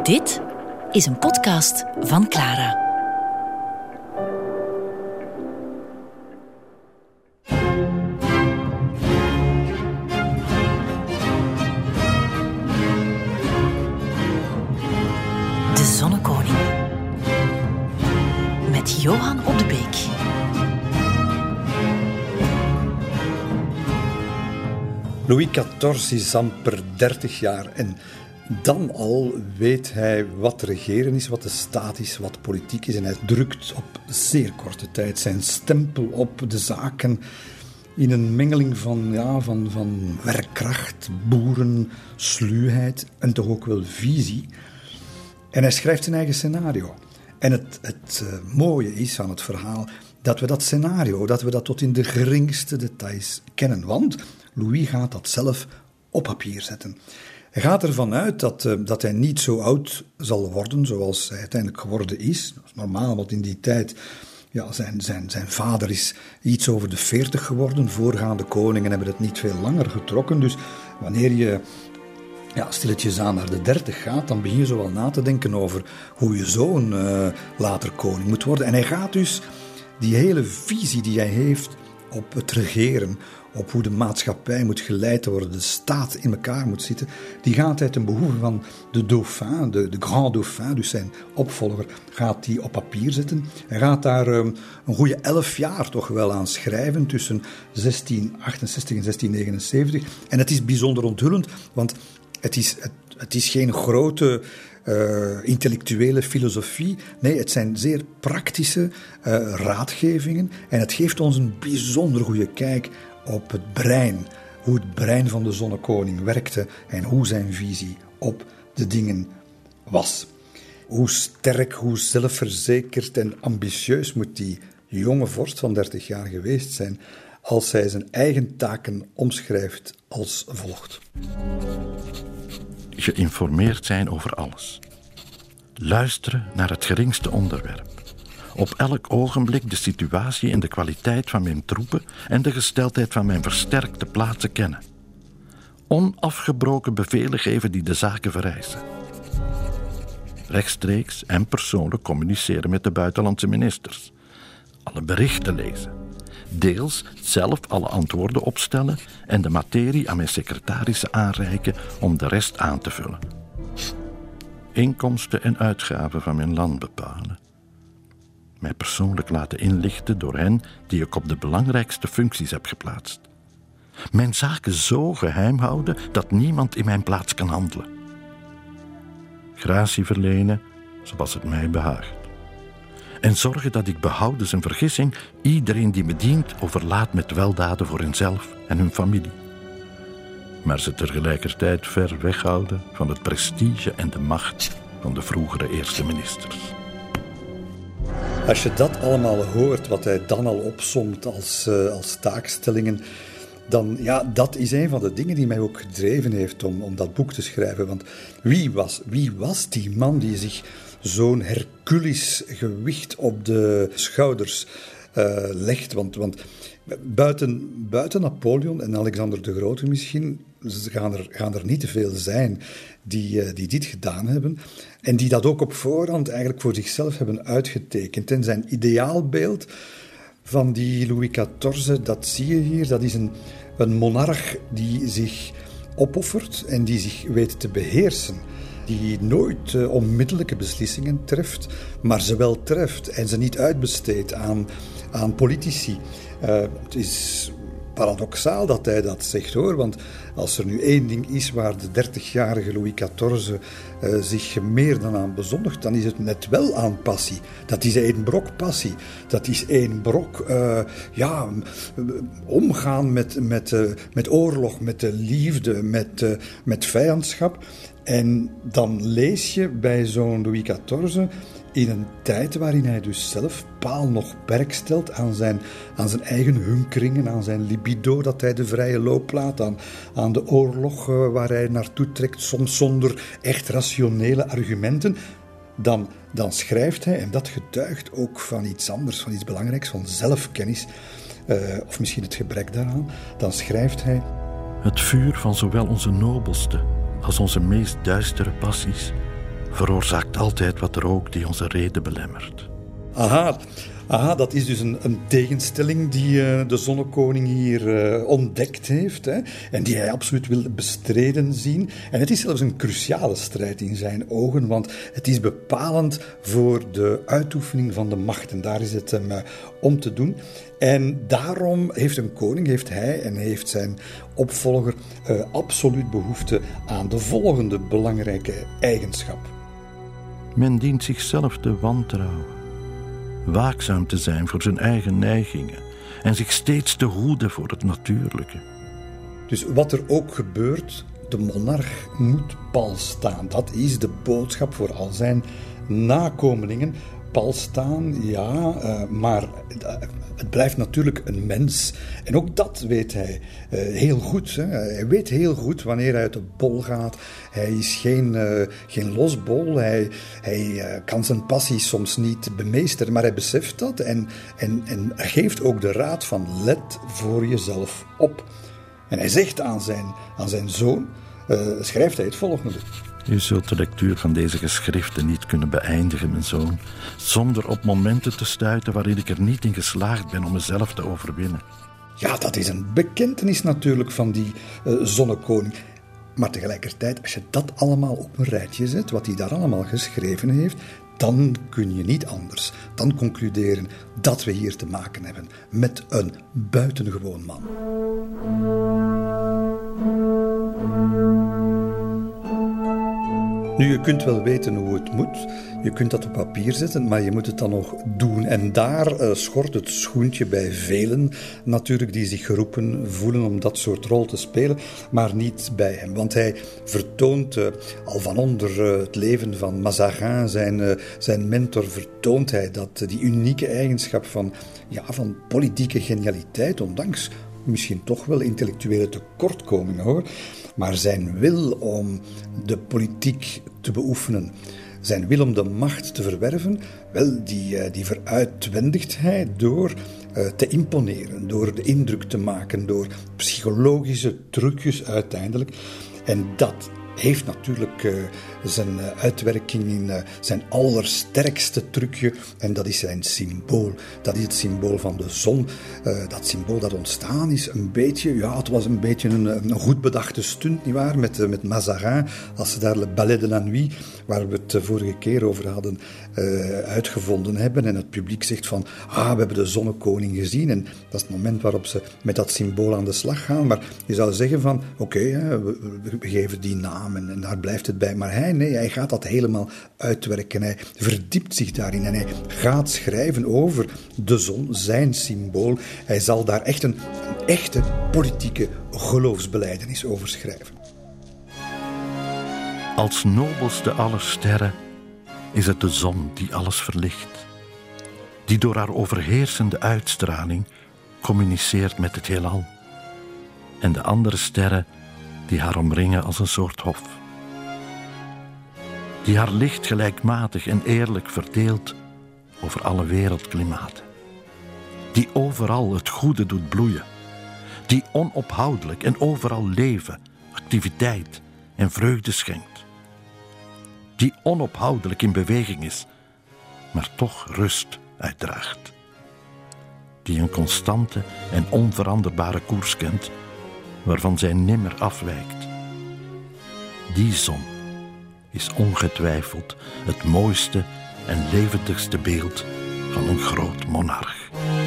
Dit is een podcast van Clara. De Zonnekoning. Met Johan op de Beek. Louis XIV is amper 30 jaar en dan al weet hij wat regeren is, wat de staat is, wat politiek is. En hij drukt op zeer korte tijd zijn stempel op de zaken in een mengeling van werkkracht, boeren, sluwheid en toch ook wel visie. En hij schrijft zijn eigen scenario. En het mooie is aan het verhaal dat we dat scenario, dat we dat tot in de geringste details kennen. Want Louis gaat dat zelf op papier zetten. Hij gaat ervan uit dat hij niet zo oud zal worden zoals hij uiteindelijk geworden is. Dat is normaal, want in die tijd, zijn vader is iets over de 40 geworden. Voorgaande koningen hebben het niet veel langer getrokken. Dus wanneer je stilletjes aan naar de 30 gaat, dan begin je zo wel na te denken over hoe je zoon later koning moet worden. En hij gaat dus die hele visie die hij heeft op het regeren, op hoe de maatschappij moet geleid worden, de staat in elkaar moet zitten, die gaat hij ten behoeve van de dauphin, de grand dauphin, dus zijn opvolger, gaat die op papier zetten. Hij gaat daar een goede 11 jaar toch wel aan schrijven, tussen 1668 en 1679. En het is bijzonder onthullend, want het is geen grote intellectuele filosofie. Nee, het zijn zeer praktische raadgevingen. En het geeft ons een bijzonder goede kijk op het brein. Hoe het brein van de Zonnekoning werkte en hoe zijn visie op de dingen was. Hoe sterk, hoe zelfverzekerd en ambitieus moet die jonge vorst van 30 jaar geweest zijn als hij zijn eigen taken omschrijft als volgt. Geïnformeerd zijn over alles. Luisteren naar het geringste onderwerp. Op elk ogenblik de situatie en de kwaliteit van mijn troepen en de gesteldheid van mijn versterkte plaatsen kennen. Onafgebroken bevelen geven die de zaken vereisen. Rechtstreeks en persoonlijk communiceren met de buitenlandse ministers. Alle berichten lezen. Deels zelf alle antwoorden opstellen en de materie aan mijn secretarissen aanreiken om de rest aan te vullen. Inkomsten en uitgaven van mijn land bepalen. Mij persoonlijk laten inlichten door hen die ik op de belangrijkste functies heb geplaatst. Mijn zaken zo geheim houden dat niemand in mijn plaats kan handelen. Gratie verlenen zoals het mij behaagt. En zorgen dat ik behoudens en vergissing iedereen die me dient overlaat met weldaden voor henzelf en hun familie. Maar ze tegelijkertijd ver weghouden van het prestige en de macht van de vroegere eerste ministers. Als je dat allemaal hoort, wat hij dan al opsomt als taakstellingen, dan dat is een van de dingen die mij ook gedreven heeft om dat boek te schrijven. Want wie was die man die zich zo'n Hercules gewicht op de schouders legt? Want buiten Napoleon en Alexander de Grote misschien gaan er niet te veel zijn die dit gedaan hebben en die dat ook op voorhand eigenlijk voor zichzelf hebben uitgetekend. En zijn ideaalbeeld van die Louis XIV, dat zie je hier, dat is een monarch die zich opoffert en die zich weet te beheersen. Die nooit onmiddellijke beslissingen treft, maar ze wel treft en ze niet uitbesteedt aan politici. Het is paradoxaal dat hij dat zegt, hoor, want als er nu één ding is waar de 30-jarige Louis XIV zich meer dan aan bezondigt, dan is het net wel aan passie. Dat is één brok passie. Dat is één brok omgaan met oorlog, met de liefde, met vijandschap. En dan lees je bij zo'n Louis XIV in een tijd waarin hij dus zelf paal nog perk stelt aan zijn eigen hunkeringen, aan zijn libido, dat hij de vrije loop laat, aan de oorlog waar hij naartoe trekt, soms zonder echt rationele argumenten. Dan schrijft hij, en dat getuigt ook van iets anders, van iets belangrijks, van zelfkennis, of misschien het gebrek daaraan, dan schrijft hij: Het vuur van zowel onze nobelste als onze meest duistere passies veroorzaakt altijd wat rook die onze reden belemmert. Aha, dat is dus een tegenstelling die de zonnekoning hier ontdekt heeft. Hè, en die hij absoluut wil bestreden zien. En het is zelfs een cruciale strijd in zijn ogen, want het is bepalend voor de uitoefening van de macht. En daar is het hem om te doen. En daarom heeft een koning, heeft hij en heeft zijn opvolger absoluut behoefte aan de volgende belangrijke eigenschap. Men dient zichzelf te wantrouwen, waakzaam te zijn voor zijn eigen neigingen en zich steeds te hoeden voor het natuurlijke. Dus wat er ook gebeurt, de monarch moet pal staan. Dat is de boodschap voor al zijn nakomelingen. Pal staan, ja, maar het blijft natuurlijk een mens. En ook dat weet hij heel goed. Hè. Hij weet heel goed wanneer hij uit de bol gaat. Hij is geen losbol. Hij kan zijn passie soms niet bemeesteren, maar hij beseft dat en geeft ook de raad van let voor jezelf op. En hij zegt aan zijn zoon, schrijft hij het volgende. Je zult de lectuur van deze geschriften niet kunnen beëindigen, mijn zoon, zonder op momenten te stuiten waarin ik er niet in geslaagd ben om mezelf te overwinnen. Ja, dat is een bekentenis natuurlijk van die zonnekoning. Maar tegelijkertijd, als je dat allemaal op een rijtje zet, wat hij daar allemaal geschreven heeft, dan kun je niet anders dan concluderen dat we hier te maken hebben met een buitengewoon man. Nu, je kunt wel weten hoe het moet. Je kunt dat op papier zetten, maar je moet het dan nog doen. En daar schort het schoentje bij velen natuurlijk die zich geroepen voelen om dat soort rol te spelen, maar niet bij hem. Want hij vertoont al van onder het leven van Mazarin, zijn mentor, vertoont hij dat die unieke eigenschap van politieke genialiteit, ondanks misschien toch wel intellectuele tekortkomingen hoor, maar zijn wil om de politiek te beoefenen, zijn wil om de macht te verwerven, wel, die veruitwendigt hij door te imponeren, door de indruk te maken, door psychologische trucjes uiteindelijk. En dat heeft natuurlijk zijn uitwerking in zijn allersterkste trucje, en dat is zijn symbool. Dat is het symbool van de zon. Dat symbool dat ontstaan is een beetje, het was een beetje een goed bedachte stunt, nietwaar, met Mazarin, als ze daar Le Ballet de la Nuit, waar we het vorige keer over hadden, uitgevonden hebben, en het publiek zegt van, we hebben de zonnekoning gezien, en dat is het moment waarop ze met dat symbool aan de slag gaan, maar je zou zeggen van, oké, we geven die naam en daar blijft het bij, maar hij gaat dat helemaal uitwerken, hij verdiept zich daarin en hij gaat schrijven over de zon, zijn symbool. Hij zal daar echt een echte politieke geloofsbelijdenis over schrijven. Als nobelste aller sterren is het de zon die alles verlicht, die door haar overheersende uitstraling communiceert met het heelal, en de andere sterren die haar omringen als een soort hof, die haar licht gelijkmatig en eerlijk verdeelt over alle wereldklimaten, die overal het goede doet bloeien, die onophoudelijk en overal leven, activiteit en vreugde schenkt, die onophoudelijk in beweging is, maar toch rust uitdraagt, die een constante en onveranderbare koers kent, waarvan zij nimmer afwijkt. Die zon is ongetwijfeld het mooiste en levendigste beeld van een groot monarch.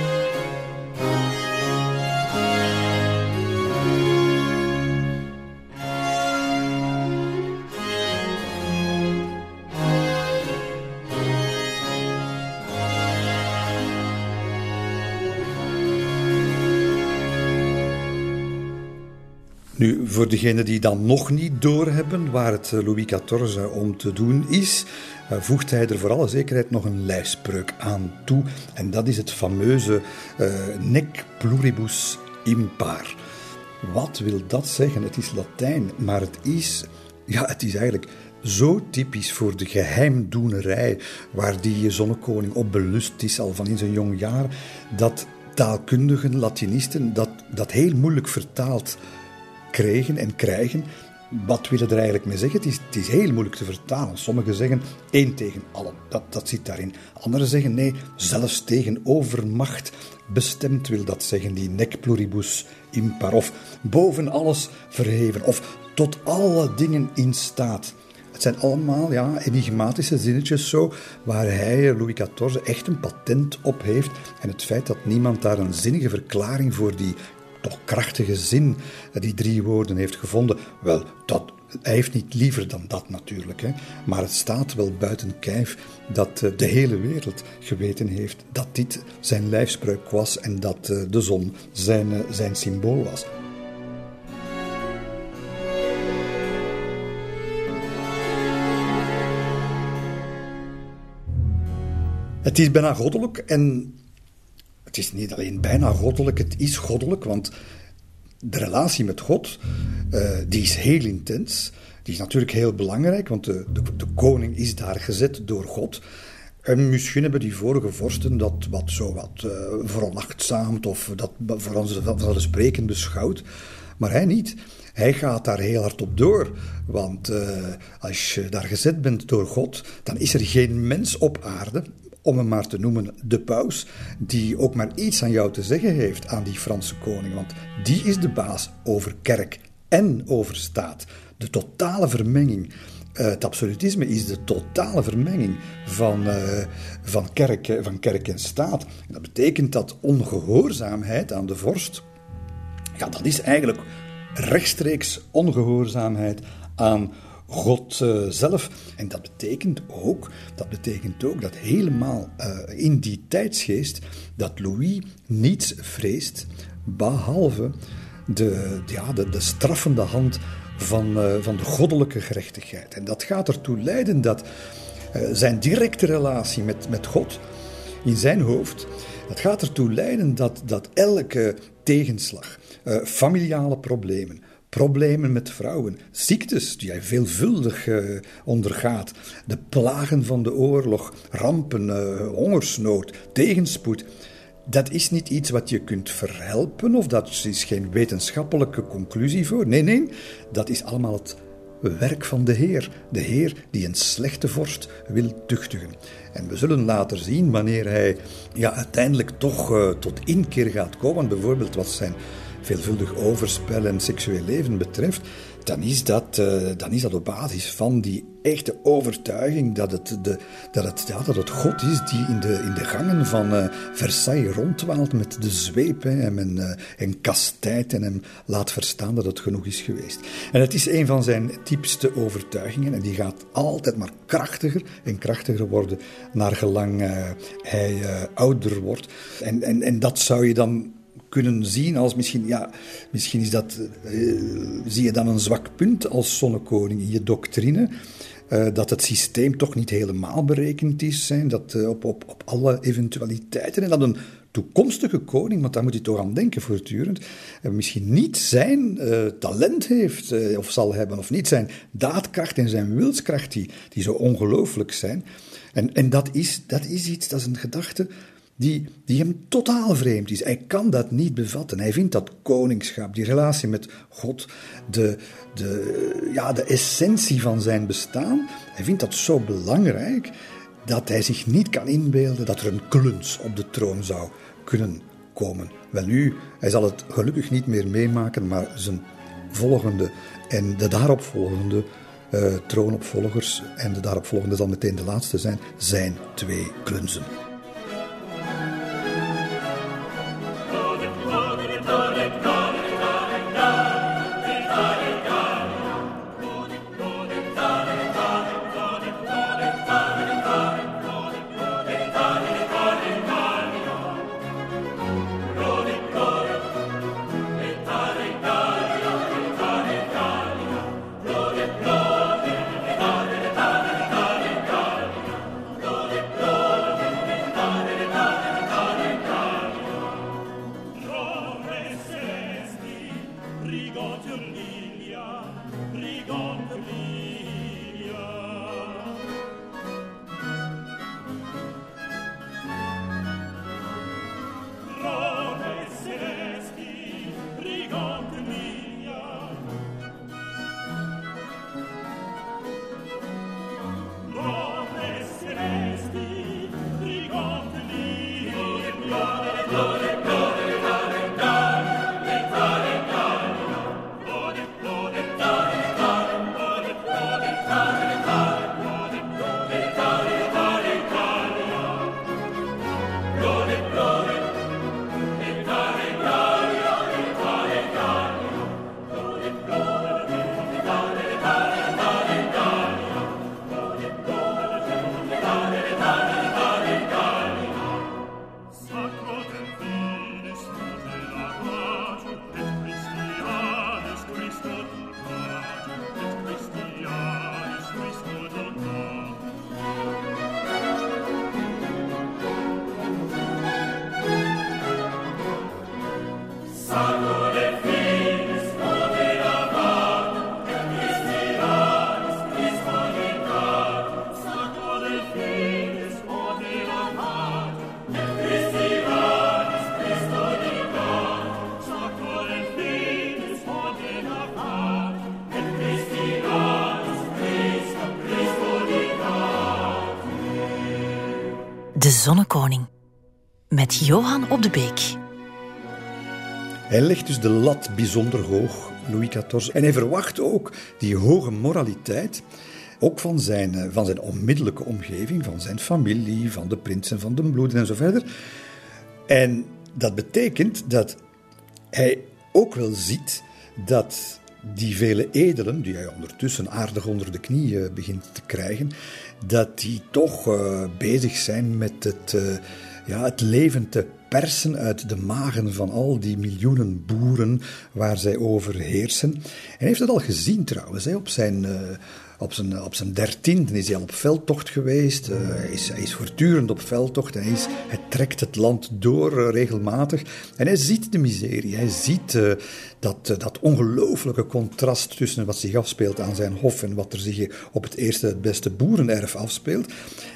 Nu, voor degenen die dan nog niet doorhebben waar het Louis XIV om te doen is, voegt hij er voor alle zekerheid nog een lijfspreuk aan toe. En dat is het fameuze nec pluribus impar. Wat wil dat zeggen? Het is Latijn, maar het is eigenlijk zo typisch voor de geheimdoenerij waar die zonnekoning op belust is al van in zijn jong jaar, dat taalkundigen, Latinisten, dat heel moeilijk vertaald kregen en krijgen Wat wil je er eigenlijk mee zeggen? Het is heel moeilijk te vertalen. Sommigen zeggen 1 tegen allen. Dat zit daarin. Anderen zeggen nee, zelfs tegen overmacht bestemd wil dat zeggen. Die nec pluribus impar. Of boven alles verheven. Of tot alle dingen in staat. Het zijn allemaal enigmatische zinnetjes zo, waar hij, Louis XIV, echt een patent op heeft. En het feit dat niemand daar een zinnige verklaring voor die toch krachtige zin, die 3 woorden heeft gevonden, wel, hij heeft niet liever dan dat natuurlijk. Hè. Maar het staat wel buiten kijf dat de hele wereld geweten heeft dat dit zijn lijfspreuk was en dat de zon zijn symbool was. Het is bijna goddelijk en het is niet alleen bijna goddelijk, het is goddelijk, want de relatie met God, die is heel intens. Die is natuurlijk heel belangrijk, want de koning is daar gezet door God. En misschien hebben die vorige vorsten dat wat veronachtzaamd of dat vanzelfsprekend beschouwd. Maar hij niet. Hij gaat daar heel hard op door. Want als je daar gezet bent door God, dan is er geen mens op aarde, om hem maar te noemen de paus, die ook maar iets aan jou te zeggen heeft aan die Franse koning. Want die is de baas over kerk en over staat. De totale vermenging. Het absolutisme is de totale vermenging van kerk en staat. En dat betekent dat ongehoorzaamheid aan de vorst, dat is eigenlijk rechtstreeks ongehoorzaamheid aan God zelf. En dat betekent ook dat helemaal in die tijdsgeest dat Louis niets vreest behalve de straffende hand van de goddelijke gerechtigheid. En dat gaat ertoe leiden dat zijn directe relatie met God in zijn hoofd, dat gaat ertoe leiden dat elke tegenslag, familiale problemen met vrouwen, ziektes die hij veelvuldig ondergaat, de plagen van de oorlog, rampen, hongersnood, tegenspoed, dat is niet iets wat je kunt verhelpen of dat is geen wetenschappelijke conclusie voor. Nee, dat is allemaal het werk van de Heer. De Heer die een slechte vorst wil tuchtigen. En we zullen later zien wanneer hij uiteindelijk toch tot inkeer gaat komen, bijvoorbeeld wat zijn veelvuldig overspel en seksueel leven betreft, dan is dat op basis van die echte overtuiging dat het God is die in de gangen van Versailles rondwaalt met de zweep en kastijdt en hem laat verstaan dat het genoeg is geweest. En het is een van zijn diepste overtuigingen en die gaat altijd maar krachtiger en krachtiger worden naar gelang hij ouder wordt. En dat zou je dan kunnen zien als misschien is dat, zie je dan een zwak punt als zonnekoning in je doctrine, dat het systeem toch niet helemaal berekend is, dat op alle eventualiteiten en dat een toekomstige koning, want daar moet hij toch aan denken voortdurend, misschien niet zijn talent heeft of zal hebben, of niet zijn daadkracht en zijn wilskracht die zo ongelooflijk zijn. En dat is iets, dat is een gedachte die hem totaal vreemd is. Hij kan dat niet bevatten. Hij vindt dat koningschap, die relatie met God, de essentie van zijn bestaan, hij vindt dat zo belangrijk dat hij zich niet kan inbeelden dat er een kluns op de troon zou kunnen komen. Welnu, hij zal het gelukkig niet meer meemaken, maar zijn volgende en de daaropvolgende troonopvolgers, en de daaropvolgende zal meteen de laatste zijn 2 klunzen. De Zonnekoning. Met Johan Op de Beek. Hij legt dus de lat bijzonder hoog, Louis XIV. En hij verwacht ook die hoge moraliteit, ook van zijn onmiddellijke omgeving, van zijn familie, van de prinsen, van de bloeden en zo verder. En dat betekent dat hij ook wel ziet dat die vele edelen, die hij ondertussen aardig onder de knie begint te krijgen, dat die toch bezig zijn met het leven te persen uit de magen van al die miljoenen boeren waar zij over heersen. En hij heeft dat al gezien trouwens, op zijn 13e is hij al op veldtocht geweest. Hij is voortdurend op veldtocht. Hij trekt het land door regelmatig. En hij ziet de miserie. Hij ziet dat ongelooflijke contrast tussen wat zich afspeelt aan zijn hof en wat er zich op het eerste, het beste boerenerf afspeelt.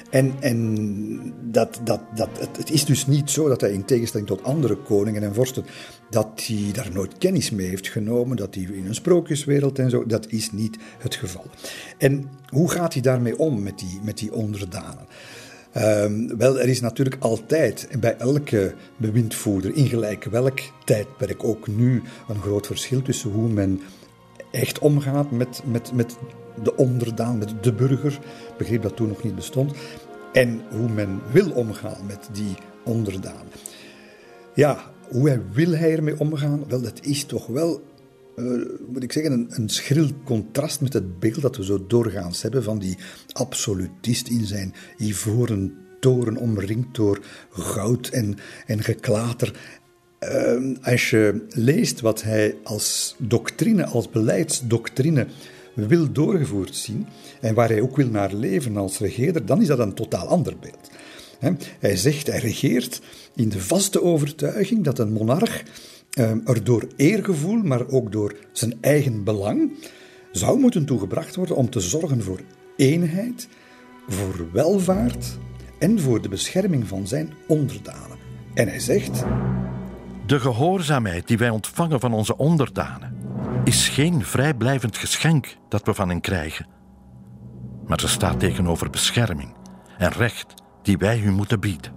En het is dus niet zo dat hij in tegenstelling tot andere koningen en vorsten, dat hij daar nooit kennis mee heeft genomen, dat hij in een sprookjeswereld en zo, dat is niet het geval. En hoe gaat hij daarmee om met die onderdanen? Wel, er is natuurlijk altijd, bij elke bewindvoerder, in gelijk welk tijdperk, ook nu, een groot verschil tussen hoe men echt omgaat met de onderdaan, met de burger, begrip dat toen nog niet bestond, en hoe men wil omgaan met die onderdaan. Ja, hoe wil hij ermee omgaan? Wel, dat is toch wel, moet ik zeggen, een schril contrast met het beeld dat we zo doorgaans hebben van die absolutist in zijn ivoren toren omringd door goud en geklater. Als je leest wat hij als doctrine, als beleidsdoctrine wil doorgevoerd zien en waar hij ook wil naar leven als regeerder, dan is dat een totaal ander beeld. Hij zegt, hij regeert in de vaste overtuiging dat een monarch er door eergevoel, maar ook door zijn eigen belang, zou moeten toegebracht worden om te zorgen voor eenheid, voor welvaart en voor de bescherming van zijn onderdanen. En hij zegt: de gehoorzaamheid die wij ontvangen van onze onderdanen is geen vrijblijvend geschenk dat we van hen krijgen, maar ze staat tegenover bescherming en recht die wij hun moeten bieden.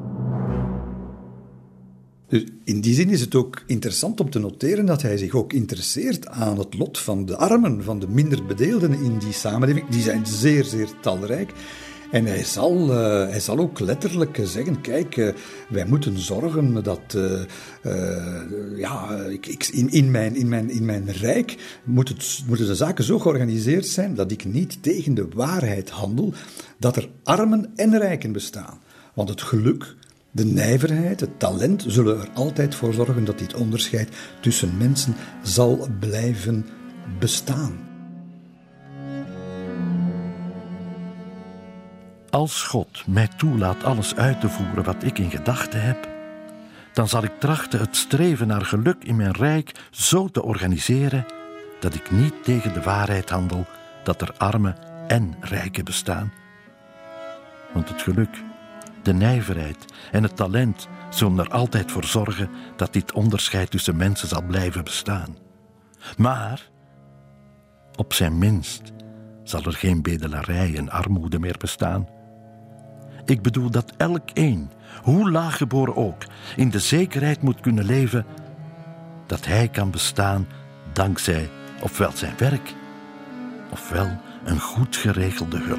Dus in die zin is het ook interessant om te noteren dat hij zich ook interesseert aan het lot van de armen, van de minder bedeelden in die samenleving. Die zijn zeer, zeer talrijk. En hij zal ook letterlijk zeggen, kijk, wij moeten zorgen dat in mijn rijk moeten de zaken zo georganiseerd zijn dat ik niet tegen de waarheid handel, dat er armen en rijken bestaan. Want het geluk, de nijverheid, het talent zullen er altijd voor zorgen dat dit onderscheid tussen mensen zal blijven bestaan. Als God mij toelaat alles uit te voeren wat ik in gedachten heb, dan zal ik trachten het streven naar geluk in mijn rijk zo te organiseren dat ik niet tegen de waarheid handel dat er armen en rijken bestaan. Want het geluk, de nijverheid en het talent zullen er altijd voor zorgen dat dit onderscheid tussen mensen zal blijven bestaan. Maar, op zijn minst, zal er geen bedelarij en armoede meer bestaan. Ik bedoel dat elkeen, hoe laaggeboren ook, in de zekerheid moet kunnen leven dat hij kan bestaan dankzij ofwel zijn werk, ofwel een goed geregelde hulp.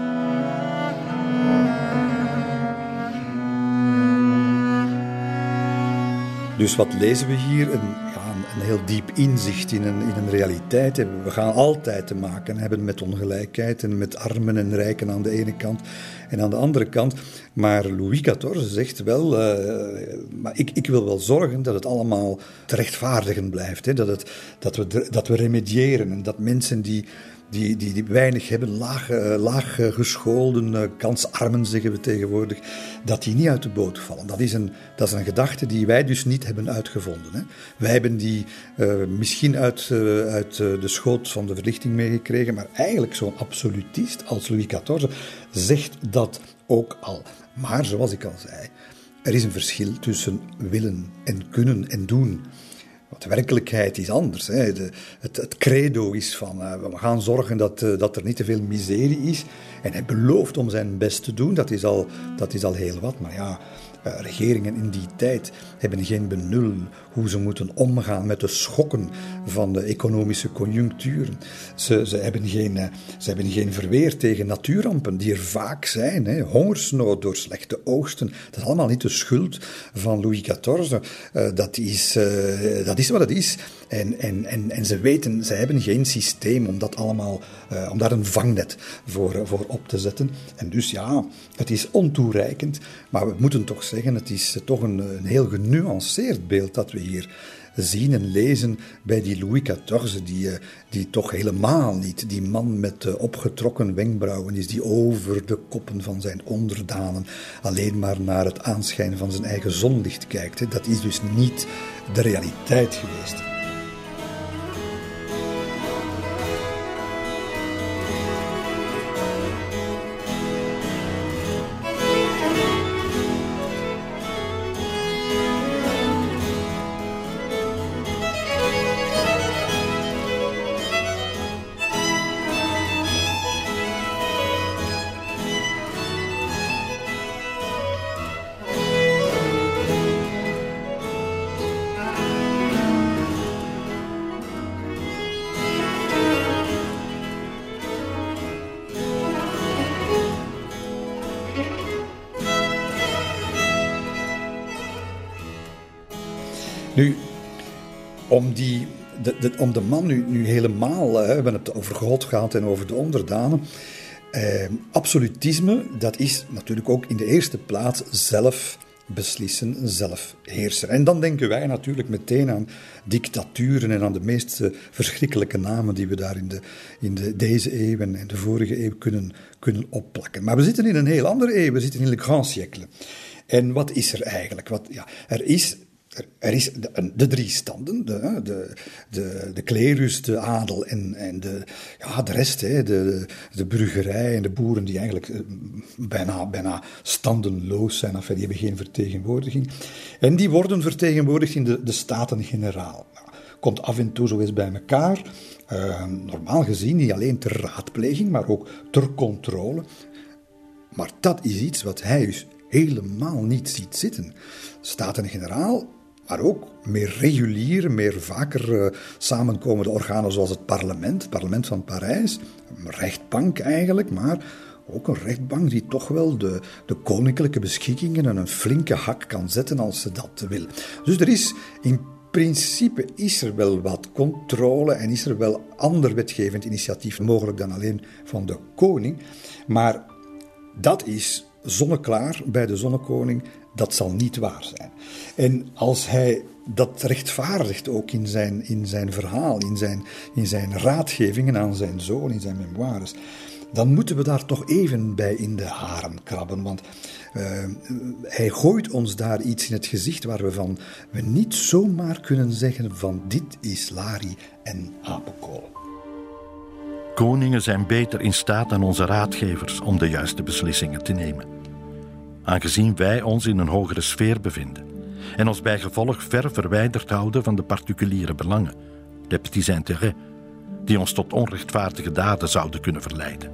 Dus wat lezen we hier? Een heel diep inzicht in een realiteit. We gaan altijd te maken hebben met ongelijkheid en met armen en rijken aan de ene kant en aan de andere kant. Maar Louis XIV zegt wel, maar ik wil wel zorgen dat het allemaal te rechtvaardigen blijft. Hè? Dat we remediëren en dat mensen die weinig hebben, laag gescholden, kansarmen zeggen we tegenwoordig, dat die niet uit de boot vallen. Dat is een gedachte die wij dus niet hebben uitgevonden. Hè. Wij hebben die misschien uit de schoot van de verlichting meegekregen, maar eigenlijk zo'n absolutist als Louis XIV zegt dat ook al. Maar zoals ik al zei, er is een verschil tussen willen en kunnen en doen. Want de werkelijkheid is anders. Hè. Het credo is van, we gaan zorgen dat er niet te veel miserie is. En hij belooft om zijn best te doen, dat is al heel wat. Maar ja, regeringen in die tijd hebben geen benul hoe ze moeten omgaan met de schokken van de economische conjuncturen. Ze hebben geen verweer tegen natuurrampen, die er vaak zijn. Hè. Hongersnood door slechte oogsten, dat is allemaal niet de schuld van Louis XIV. Dat is wat het is. En ze weten, ze hebben geen systeem om dat allemaal, om daar een vangnet voor op te zetten. En dus ja, het is ontoereikend, maar we moeten toch zeggen, het is toch een heel genuanceerd beeld dat we hier zien en lezen bij die Louis XIV, die toch helemaal niet die man met opgetrokken wenkbrauwen is, die over de koppen van zijn onderdanen alleen maar naar het aanschijn van zijn eigen zonlicht kijkt. Hè. Dat is dus niet de realiteit geweest. Nu, om de man nu helemaal, we hebben het over God gehad en over de onderdanen. Absolutisme, dat is natuurlijk ook in de eerste plaats zelf beslissen, zelf heersen. En dan denken wij natuurlijk meteen aan dictaturen en aan de meest verschrikkelijke namen die we daar in deze eeuw en de vorige eeuw kunnen opplakken. Maar we zitten in een heel andere eeuw, we zitten in le grand siècle. En wat is er eigenlijk? Er is de drie standen, de klerus, de adel en de rest, hè, de burgerij en de boeren die eigenlijk bijna standenloos zijn, die hebben geen vertegenwoordiging. En die worden vertegenwoordigd in de Staten-Generaal. Komt af en toe zo eens bij elkaar, normaal gezien niet alleen ter raadpleging, maar ook ter controle. Maar dat is iets wat hij dus helemaal niet ziet zitten. Staten-Generaal, maar ook meer regulier, meer vaker samenkomende organen zoals het parlement van Parijs, een rechtbank eigenlijk, maar ook een rechtbank die toch wel de koninklijke beschikkingen en een flinke hak kan zetten als ze dat wil. Dus er is in principe is er wel wat controle en is er wel ander wetgevend initiatief mogelijk dan alleen van de koning, maar dat is zonneklaar bij de zonnekoning, dat zal niet waar zijn. En als hij dat rechtvaardigt ook in zijn verhaal, in zijn raadgevingen aan zijn zoon, in zijn memoires, dan moeten we daar toch even bij in de haren krabben, want hij gooit ons daar iets in het gezicht waarvan we niet zomaar kunnen zeggen van dit is Lari en apenkool. Koningen zijn beter in staat dan onze raadgevers om de juiste beslissingen te nemen. Aangezien wij ons in een hogere sfeer bevinden en ons bij gevolg ver verwijderd houden van de particuliere belangen, de petits intérêts, die ons tot onrechtvaardige daden zouden kunnen verleiden.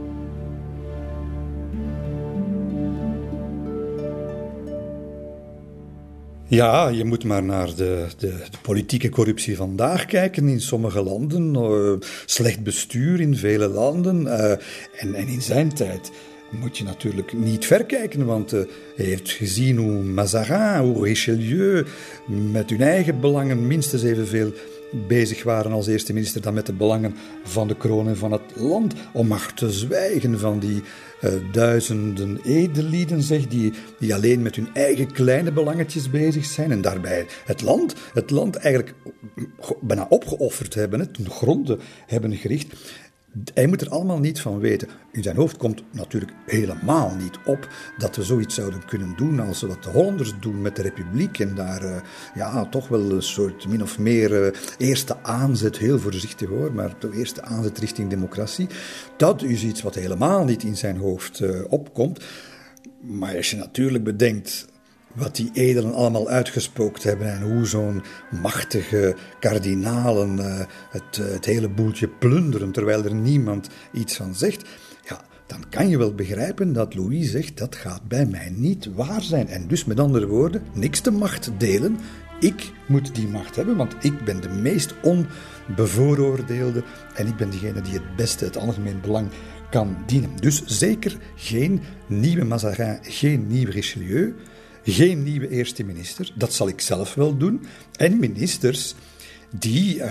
Ja, je moet maar naar de politieke corruptie vandaag kijken in sommige landen, slecht bestuur in vele landen en in zijn tijd moet je natuurlijk niet ver kijken, want hij heeft gezien hoe Mazarin, hoe Richelieu met hun eigen belangen minstens evenveel bezig waren als eerste minister dan met de belangen van de kroon en van het land. Om maar te zwijgen van die duizenden edellieden, die alleen met hun eigen kleine belangetjes bezig zijn en daarbij het land eigenlijk bijna opgeofferd hebben, ten gronde hebben gericht. Hij moet er allemaal niet van weten. In zijn hoofd komt natuurlijk helemaal niet op dat we zoiets zouden kunnen doen als wat de Hollanders doen met de Republiek en daar toch wel een soort min of meer eerste aanzet, heel voorzichtig hoor, maar de eerste aanzet richting democratie. Dat is iets wat helemaal niet in zijn hoofd opkomt. Maar als je natuurlijk bedenkt wat die edelen allemaal uitgespookt hebben en hoe zo'n machtige kardinalen het hele boeltje plunderen terwijl er niemand iets van zegt, ja, dan kan je wel begrijpen dat Louis zegt, dat gaat bij mij niet waar zijn. En dus met andere woorden, niks de macht delen. Ik moet die macht hebben, want ik ben de meest onbevooroordeelde en ik ben degene die het beste het algemeen belang kan dienen. Dus zeker geen nieuwe Mazarin, geen nieuwe Richelieu, geen nieuwe eerste minister. Dat zal ik zelf wel doen. En ministers die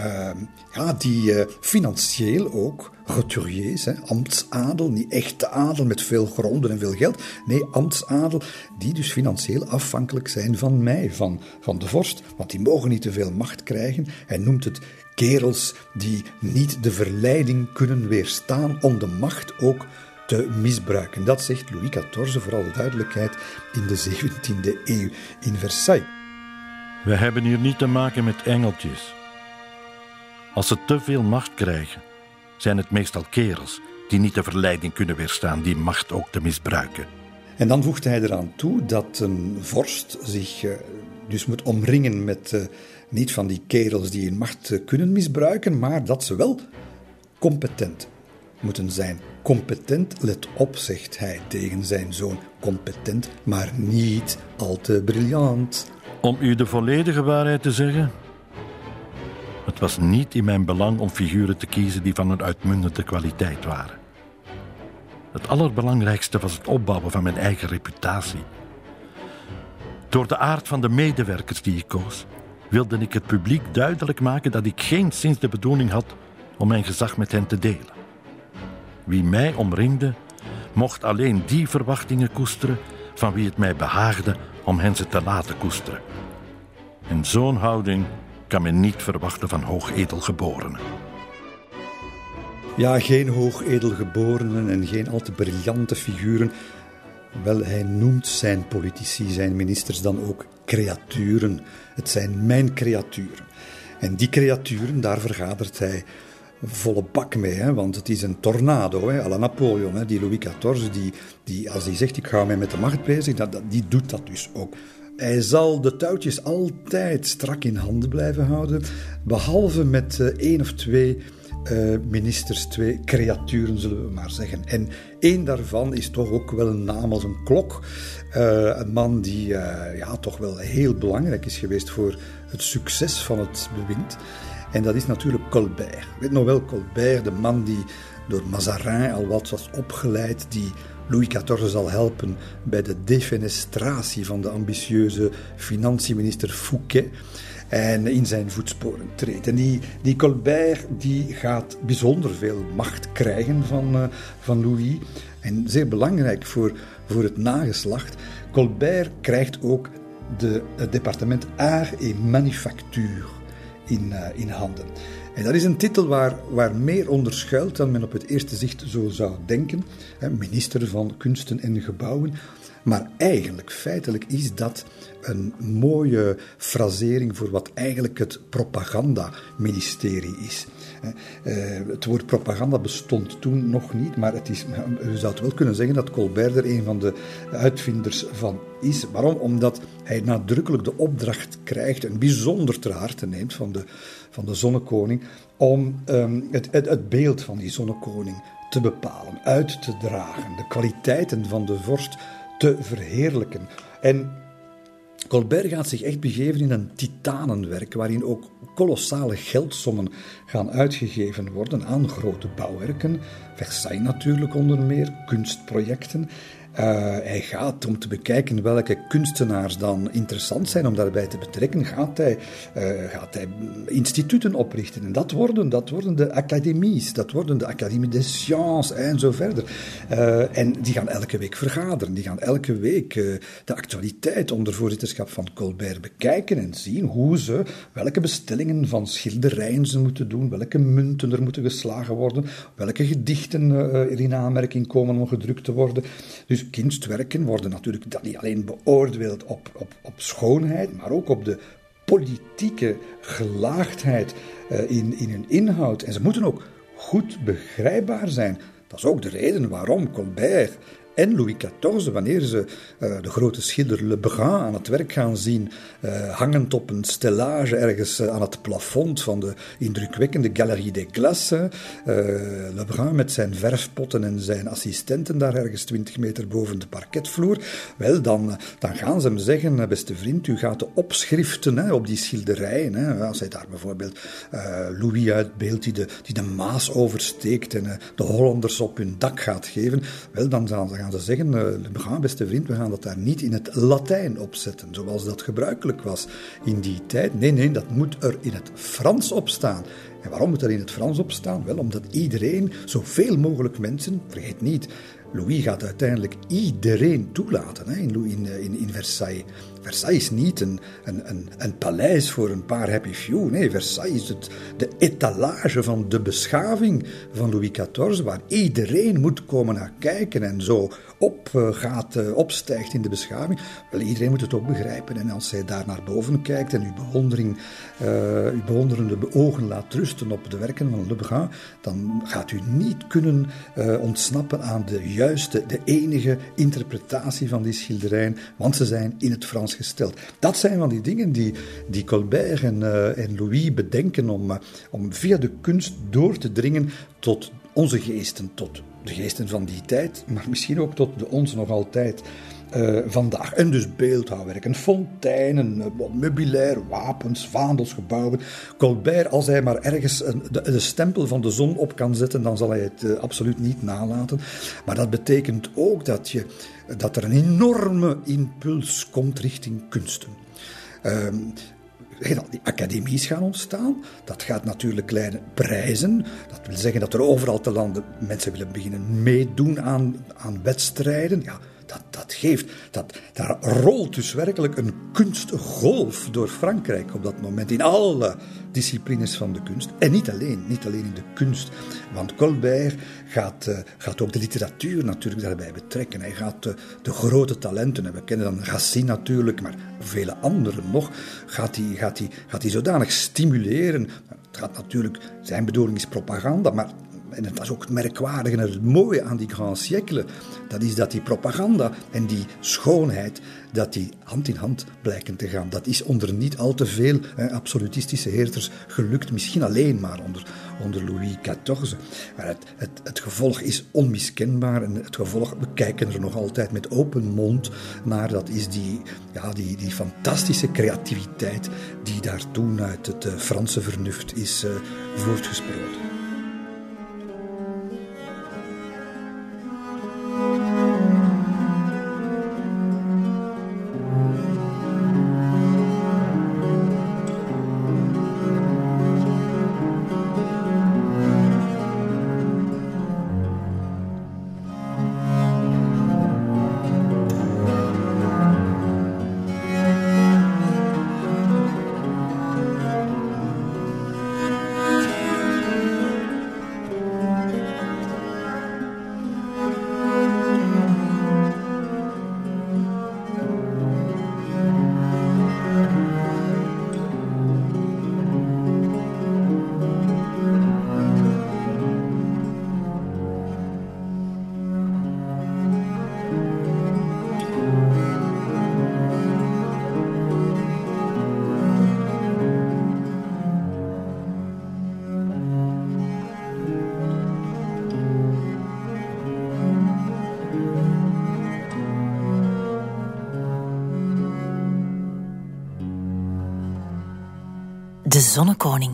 financieel ook roturiers, ambtsadel, niet echte adel met veel gronden en veel geld. Nee, ambtsadel, die dus financieel afhankelijk zijn van mij, van de vorst. Want die mogen niet te veel macht krijgen. Hij noemt het kerels die niet de verleiding kunnen weerstaan om de macht ook te misbruiken. Dat zegt Louis XIV, voor alle duidelijkheid, in de 17e eeuw in Versailles. We hebben hier niet te maken met engeltjes. Als ze te veel macht krijgen, zijn het meestal kerels die niet de verleiding kunnen weerstaan die macht ook te misbruiken. En dan voegt hij eraan toe dat een vorst zich dus moet omringen met niet van die kerels die hun macht kunnen misbruiken, maar dat ze wel competent moeten zijn. Competent, let op, zegt hij tegen zijn zoon. Competent, maar niet al te briljant. Om u de volledige waarheid te zeggen, het was niet in mijn belang om figuren te kiezen die van een uitmuntende kwaliteit waren. Het allerbelangrijkste was het opbouwen van mijn eigen reputatie. Door de aard van de medewerkers die ik koos, wilde ik het publiek duidelijk maken dat ik geenszins de bedoeling had om mijn gezag met hen te delen. Wie mij omringde, mocht alleen die verwachtingen koesteren van wie het mij behaagde om hen ze te laten koesteren. En zo'n houding kan men niet verwachten van hoogedelgeborenen. Ja, geen hoogedelgeborenen en geen al te briljante figuren. Wel, hij noemt zijn politici, zijn ministers dan ook creaturen. Het zijn mijn creaturen. En die creaturen, daar vergadert hij volle bak mee, hè, want het is een tornado, à la Napoleon. Hè, die Louis XIV, die als hij zegt ik ga mij met de macht bezig, die doet dat dus ook. Hij zal de touwtjes altijd strak in handen blijven houden, behalve met 1 of 2 ministers, 2 creaturen, zullen we maar zeggen. En 1 daarvan is toch ook wel een naam als een klok. Een man die toch wel heel belangrijk is geweest voor het succes van het bewind. En dat is natuurlijk Colbert. Ik weet nog wel, Colbert, de man die door Mazarin al wat was opgeleid, die Louis XIV zal helpen bij de defenestratie van de ambitieuze financieminister Fouquet en in zijn voetsporen treedt. En die Colbert die gaat bijzonder veel macht krijgen van Louis. En zeer belangrijk voor het nageslacht. Colbert krijgt ook het departement Art et Manufacture in handen. En dat is een titel waar meer onder schuilt dan men op het eerste zicht zo zou denken. Minister van Kunsten en Gebouwen. Maar eigenlijk, feitelijk, is dat een mooie frasering voor wat eigenlijk het propagandaministerie is. Het woord propaganda bestond toen nog niet, maar u zou het wel kunnen zeggen dat Colbert er een van de uitvinders van is. Waarom? Omdat hij nadrukkelijk de opdracht krijgt, en bijzonder ter harte neemt van de zonnekoning, om het beeld van die zonnekoning te bepalen, uit te dragen, de kwaliteiten van de vorst te verheerlijken. En Colbert gaat zich echt begeven in een titanenwerk, waarin ook kolossale geldsommen gaan uitgegeven worden aan grote bouwwerken. Versailles natuurlijk onder meer, kunstprojecten. Hij gaat om te bekijken welke kunstenaars dan interessant zijn om daarbij te betrekken, gaat hij instituten oprichten. En dat worden de academies, dat worden de Académie des Sciences en zo verder. En die gaan elke week vergaderen, die gaan elke week de actualiteit onder voorzitterschap van Colbert bekijken en zien welke bestellingen van schilderijen ze moeten doen, welke munten er moeten geslagen worden, welke gedichten er in aanmerking komen om gedrukt te worden. Dus kunstwerken worden natuurlijk niet alleen beoordeeld op schoonheid, maar ook op de politieke gelaagdheid in hun inhoud. En ze moeten ook goed begrijpbaar zijn. Dat is ook de reden waarom Colbert En Louis XIV, wanneer ze de grote schilder Le Brun aan het werk gaan zien, hangend op een stellage ergens aan het plafond van de indrukwekkende Galerie des Glaces, Le Brun met zijn verfpotten en zijn assistenten daar ergens 20 meter boven de parketvloer, wel, dan gaan ze hem zeggen, beste vriend, u gaat de opschriften op die schilderijen, als hij daar bijvoorbeeld Louis uitbeeldt die de Maas oversteekt en de Hollanders op hun dak gaat geven, wel, dan gaan ze zeggen, Le Brun, beste vriend, we gaan dat daar niet in het Latijn opzetten, zoals dat gebruikelijk was in die tijd. Nee, dat moet er in het Frans op staan. En waarom moet er in het Frans op staan? Wel, omdat iedereen, zoveel mogelijk mensen, vergeet niet, Louis gaat uiteindelijk iedereen toelaten in Versailles. Versailles is niet een paleis voor een paar happy few. Nee, Versailles is de etalage van de beschaving van Louis XIV, waar iedereen moet komen naar kijken en zo opstijgt in de beschaving. Wel, iedereen moet het ook begrijpen. En als hij daar naar boven kijkt en uw bewonderende ogen laat rusten op de werken van Le Brun, dan gaat u niet kunnen ontsnappen aan de enige interpretatie van die schilderijen, want ze zijn in het Frans gesteld. Dat zijn van die dingen die Colbert en Louis bedenken om via de kunst door te dringen tot onze geesten, tot de geesten van die tijd, maar misschien ook tot de ons nog altijd vandaag. En dus beeldhouwwerken, fonteinen, meubilair, wapens, vaandels, gebouwen. Colbert, als hij maar ergens de stempel van de zon op kan zetten, dan zal hij het absoluut niet nalaten. Maar dat betekent ook dat er een enorme impuls komt richting kunsten. Die academies gaan ontstaan. Dat gaat natuurlijk leiden prijzen. Dat wil zeggen dat er overal te landen mensen willen beginnen meedoen aan wedstrijden. Ja, daar rolt dus werkelijk een kunstgolf door Frankrijk op dat moment, in alle disciplines van de kunst. En niet alleen in de kunst. Want Colbert gaat ook de literatuur natuurlijk daarbij betrekken. Hij gaat de grote talenten, en we kennen dan Racine natuurlijk, maar vele anderen nog, gaat hij zodanig stimuleren. Het gaat natuurlijk, zijn bedoeling is propaganda, maar en dat is ook het merkwaardige en het mooie aan die grand siècle, dat is dat die propaganda en die schoonheid, dat die hand in hand blijken te gaan. Dat is onder niet al te veel absolutistische heersers gelukt, misschien alleen maar onder Louis XIV. Maar het gevolg is onmiskenbaar en het gevolg, we kijken er nog altijd met open mond naar, dat is die fantastische creativiteit die daar toen uit het Franse vernuft is voortgesproten. De Zonnekoning.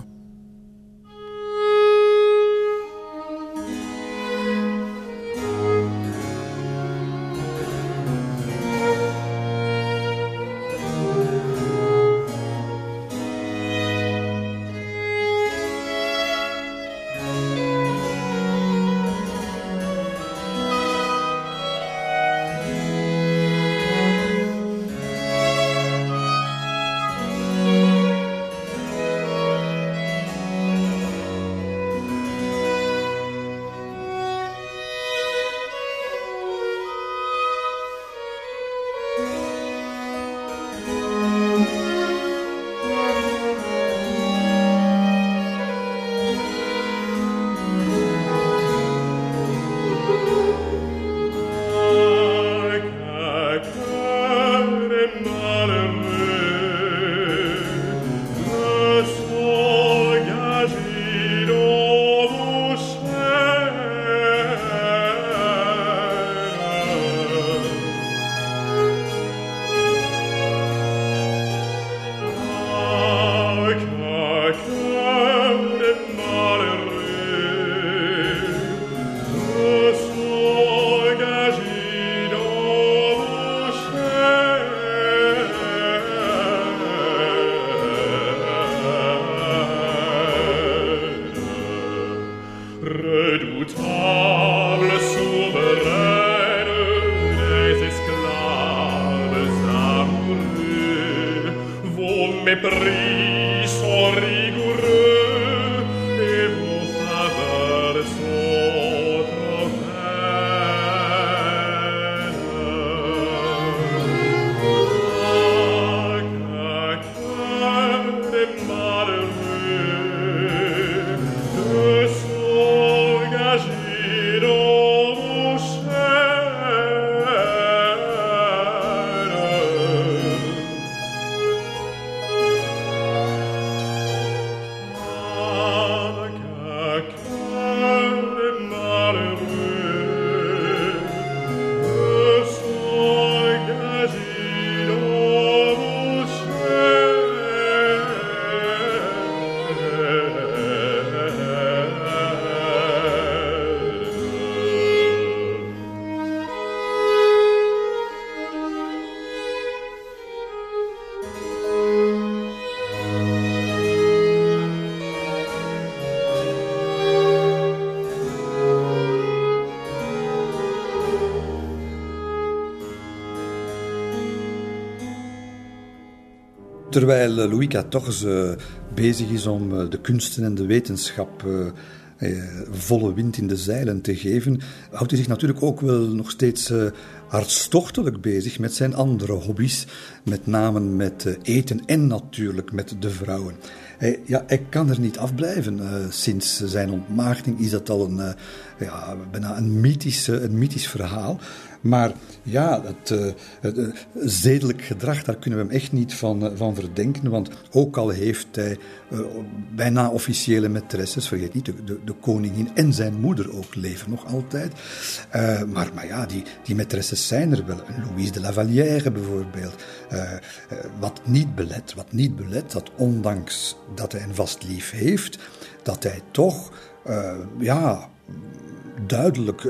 Les prix sont rigoureux et vos faveurs sont trop vaines. Ah, cœur malheureux de s'engager dans vos Terwijl Louis XIV bezig is om de kunsten en de wetenschap volle wind in de zeilen te geven, houdt hij zich natuurlijk ook wel nog steeds hartstochtelijk bezig met zijn andere hobby's, met name met eten en natuurlijk met de vrouwen. Hij kan er niet afblijven. Sinds zijn ontmaagding is dat al bijna een mythisch verhaal. Maar ja, het zedelijk gedrag, daar kunnen we hem echt niet van verdenken. Want ook al heeft hij bijna officiële maîtresses, vergeet niet, de koningin en zijn moeder ook leven nog altijd. Maar ja, die maîtresses zijn er wel. Louise de La Vallière bijvoorbeeld. Wat niet belet, dat ondanks dat hij een vast lief heeft, dat hij toch, duidelijk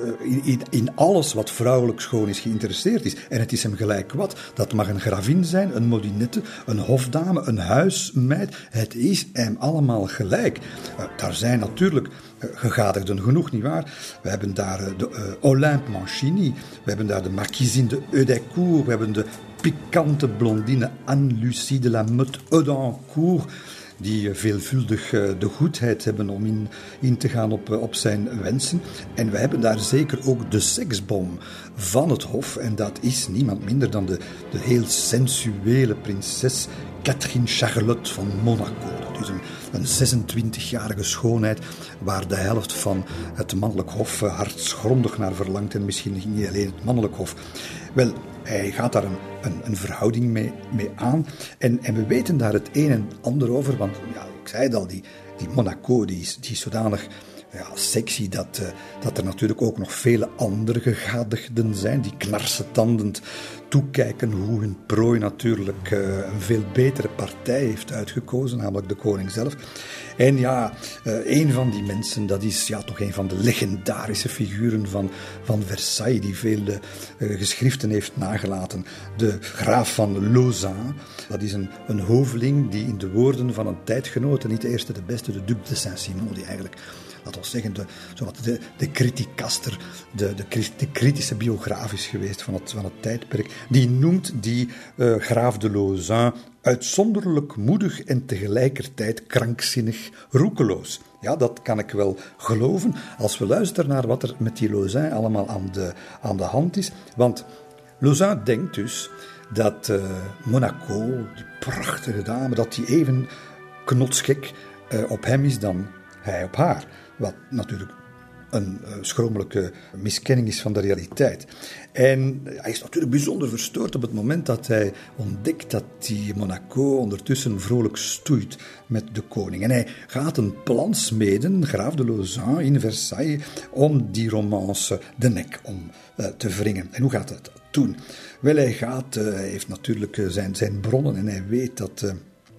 in alles wat vrouwelijk schoon is geïnteresseerd is. En het is hem gelijk wat. Dat mag een gravin zijn, een modinette, een hofdame, een huismeid. Het is hem allemaal gelijk. Daar zijn natuurlijk gegadigden genoeg, nietwaar? We hebben daar de Olympe Mancini, we hebben daar de marquisine de Heudecourt, we hebben de pikante blondine Anne-Lucie de la Motte-Heudancourt, die veelvuldig de goedheid hebben om in te gaan op zijn wensen. En we hebben daar zeker ook de seksbom van het hof. En dat is niemand minder dan de heel sensuele prinses Catherine Charlotte van Monaco. Dat is een 26-jarige schoonheid waar de helft van het mannelijk hof hartsgrondig naar verlangt. En misschien niet alleen het mannelijk hof. Wel, hij gaat daar een verhouding mee aan. En we weten daar het een en ander over. Want ja, ik zei het al, die Monaco die is zodanig sexy dat er natuurlijk ook nog vele andere gegadigden zijn die knarsetandend toekijken hoe hun prooi natuurlijk een veel betere partij heeft uitgekozen, namelijk de koning zelf. En ja, een van die mensen, dat is toch een van de legendarische figuren van Versailles, die veel geschriften heeft nagelaten. De graaf van Lausanne, dat is een hoveling die in de woorden van een tijdgenoot, en niet de eerste de beste, de Duc de Saint-Simon, die eigenlijk, laten we zeggen, de criticaster, de kritische biograaf is geweest van het tijdperk, die noemt die graaf de Lausanne uitzonderlijk moedig en tegelijkertijd krankzinnig roekeloos. Ja, dat kan ik wel geloven als we luisteren naar wat er met die Lausanne allemaal aan de hand is. Want Lausanne denkt dus dat Monaco, die prachtige dame, dat die even knotsgek op hem is dan hij op haar. Wat natuurlijk een schromelijke miskenning is van de realiteit. En hij is natuurlijk bijzonder verstoord op het moment dat hij ontdekt dat die Monaco ondertussen vrolijk stoeit met de koning. En hij gaat een plan smeden, graaf de Lausanne in Versailles, om die romance de nek om te wringen. En hoe gaat hij dat doen? Wel, hij heeft natuurlijk zijn bronnen en hij weet dat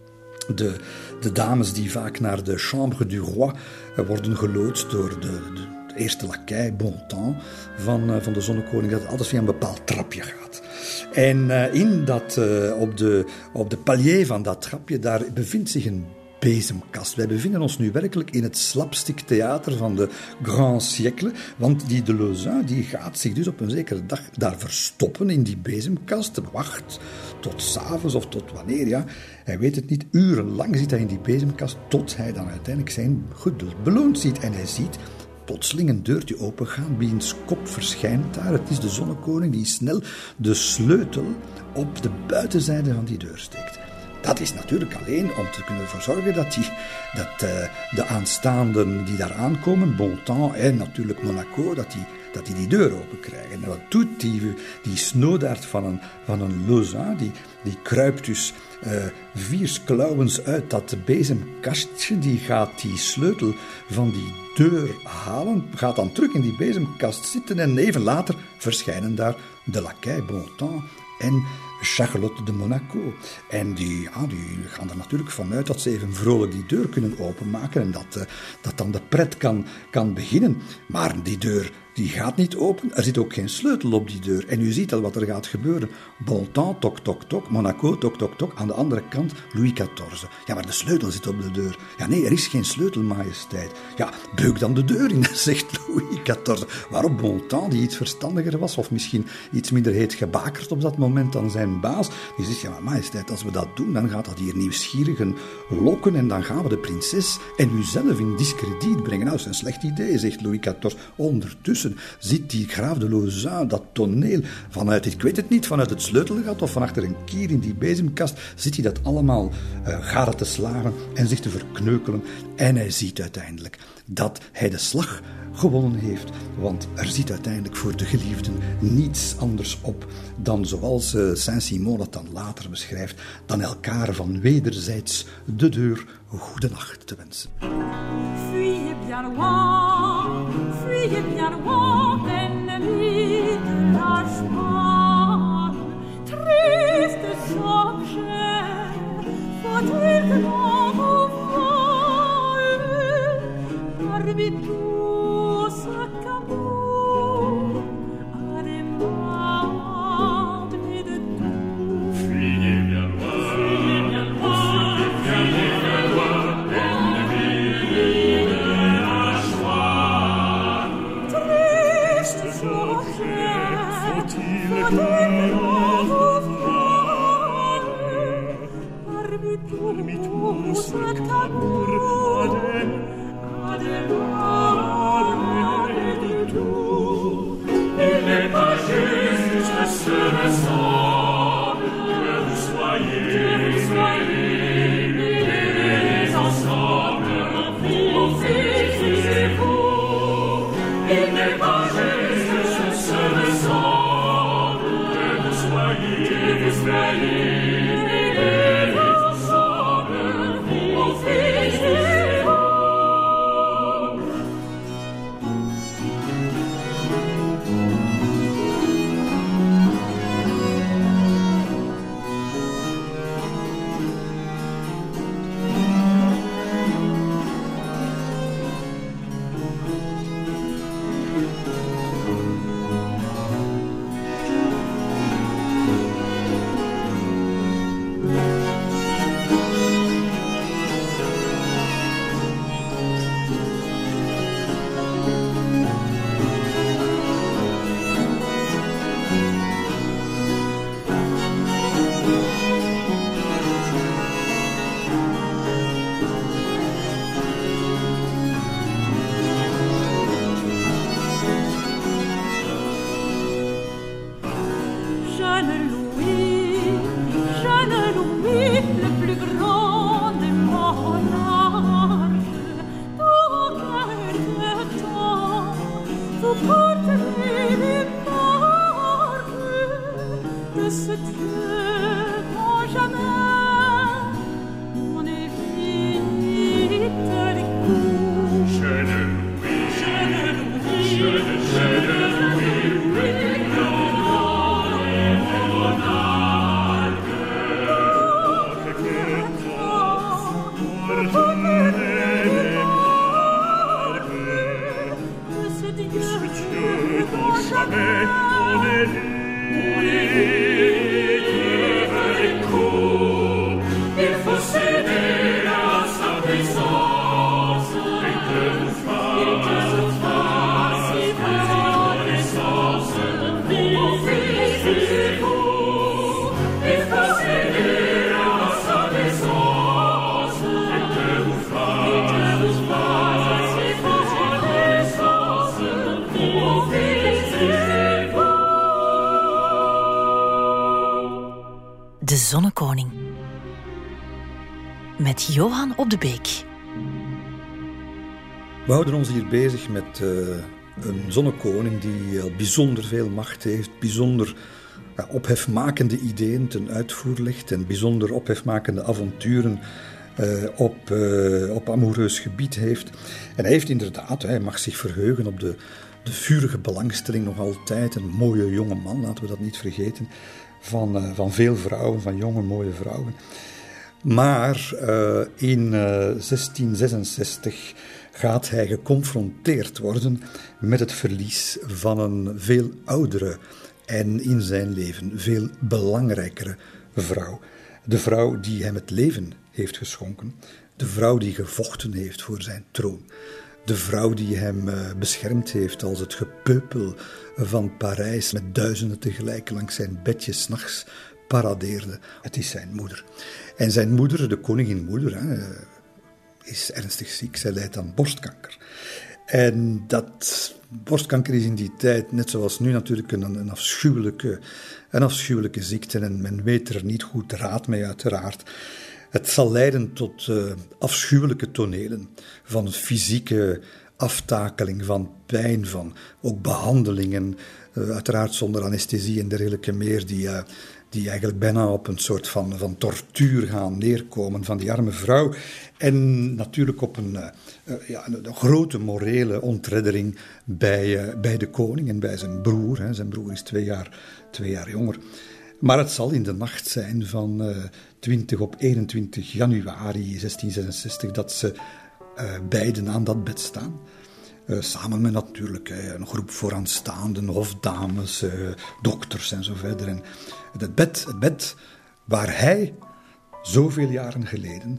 de dames die vaak naar de chambre du roi worden geloodst door de eerste lakai, Bontemps, van de zonnekoning, dat het altijd via een bepaald trapje gaat. En op de palier van dat trapje, daar bevindt zich een bezemkast. Wij bevinden ons nu werkelijk in het slapsticktheater van de Grand Siècle, want die de Lauzun die gaat zich dus op een zekere dag daar verstoppen in die bezemkast, wacht tot 's avonds of tot wanneer, ja. Hij weet het niet, urenlang zit hij in die bezemkast tot hij dan uiteindelijk zijn geduld beloond ziet. En hij ziet plotseling een deurtje opengaan. Wiens kop verschijnt daar? Het is de zonnekoning die snel de sleutel op de buitenzijde van die deur steekt. Dat is natuurlijk alleen om te kunnen ervoor zorgen dat de aanstaanden die daar aankomen, Bontemps en natuurlijk Monaco, dat die deur open krijgen. En wat doet die snoodaard van een Lauzun? Die kruipt dus viersklauwens uit dat bezemkastje. Die gaat die sleutel van die deur halen, gaat dan terug in die bezemkast zitten en even later verschijnen daar de laquais Bontemps en Charlotte de Monaco. En die gaan er natuurlijk vanuit dat ze even vrolijk die deur kunnen openmaken en dat dan de pret kan beginnen. Maar die deur die gaat niet open. Er zit ook geen sleutel op die deur. En u ziet al wat er gaat gebeuren. Bontemps, tok, tok, tok. Monaco, tok, tok, tok. Aan de andere kant Louis XIV. Ja, maar de sleutel zit op de deur. Ja, nee, er is geen sleutel, majesteit. Ja, beuk dan de deur in, zegt Louis XIV. Waarop Bontemps, die iets verstandiger was, of misschien iets minder heet gebakerd op dat moment dan zijn baas, die zegt, ja, maar majesteit, als we dat doen, dan gaat dat hier nieuwsgierigen lokken en dan gaan we de prinses en u zelf in diskrediet brengen. Nou, dat is een slecht idee, zegt Louis XIV. Ondertussen ziet die graaf de Lauzun dat toneel vanuit, ik weet het niet, vanuit het sleutelgat of van achter een kier in die bezemkast, ziet hij dat allemaal garen te slagen en zich te verkneukelen. En hij ziet uiteindelijk dat hij de slag gewonnen heeft, want er zit uiteindelijk voor de geliefden niets anders op dan, zoals Saint-Simon dat dan later beschrijft, dan elkaar van wederzijds de deur goedenacht te wensen. Fuyez bien loin, fuyez bien loin, ennemis de la joie. Triste objet, faut-il que l'on vous voie parmi tout ce qu'amour a demandé de tout. Fuyez bien loin, fuyez bien loin, fuyez bien loin, ennemis de la joie. Triste objet, Faut-il faut-il que que l'on l'on vous vous voie parmi parmi tout tout ce ce qu'amour qu'amour a demandé de tout. Il n'est pas juste que ce ne semble que vous soyez unis ensemble. Offusez-vous. Il n'est pas juste que ce ne semble que vous soyez unis ensemble. Offusez-vous. Jeune Louis, le plus grand des monarques, dans quelque temps, vous porterez les marques de ce Dieu dont jamais on évite les coups. Jeune Louis, Jamais on évite Zonnekoning. Met Johan op de Beek. We houden ons hier bezig met een zonnekoning die al bijzonder veel macht heeft, bijzonder ophefmakende ideeën ten uitvoer legt en bijzonder ophefmakende avonturen op amoureus gebied heeft. En hij heeft inderdaad, hij mag zich verheugen op de vurige belangstelling nog altijd. Een mooie jonge man, laten we dat niet vergeten, van veel vrouwen, van jonge mooie vrouwen. Maar in 1666 gaat hij geconfronteerd worden met het verlies van een veel oudere en in zijn leven veel belangrijkere vrouw. De vrouw die hem het leven heeft geschonken. De vrouw die gevochten heeft voor zijn troon. De vrouw die hem beschermd heeft als het gepeupel van Parijs met duizenden tegelijk langs zijn bedje 's nachts paradeerde. Het is zijn moeder. En zijn moeder, de koninginmoeder, is ernstig ziek. Zij lijdt aan borstkanker. En dat borstkanker is in die tijd, net zoals nu natuurlijk, een afschuwelijke ziekte. En men weet er niet goed raad mee, uiteraard. Het zal leiden tot afschuwelijke tonelen van fysieke aftakeling, van pijn, van ook behandelingen, uiteraard zonder anesthesie en dergelijke meer, die eigenlijk bijna op een soort van tortuur gaan neerkomen van die arme vrouw. En natuurlijk op een grote morele ontreddering bij de koning en bij zijn broer. Zijn broer is 2 jaar jonger. Maar het zal in de nacht zijn van 20 op 21 januari 1666 dat ze beiden aan dat bed staan. Samen met natuurlijk een groep vooraanstaanden, hofdames, dokters en zo verder. En het bed waar hij zoveel jaren geleden,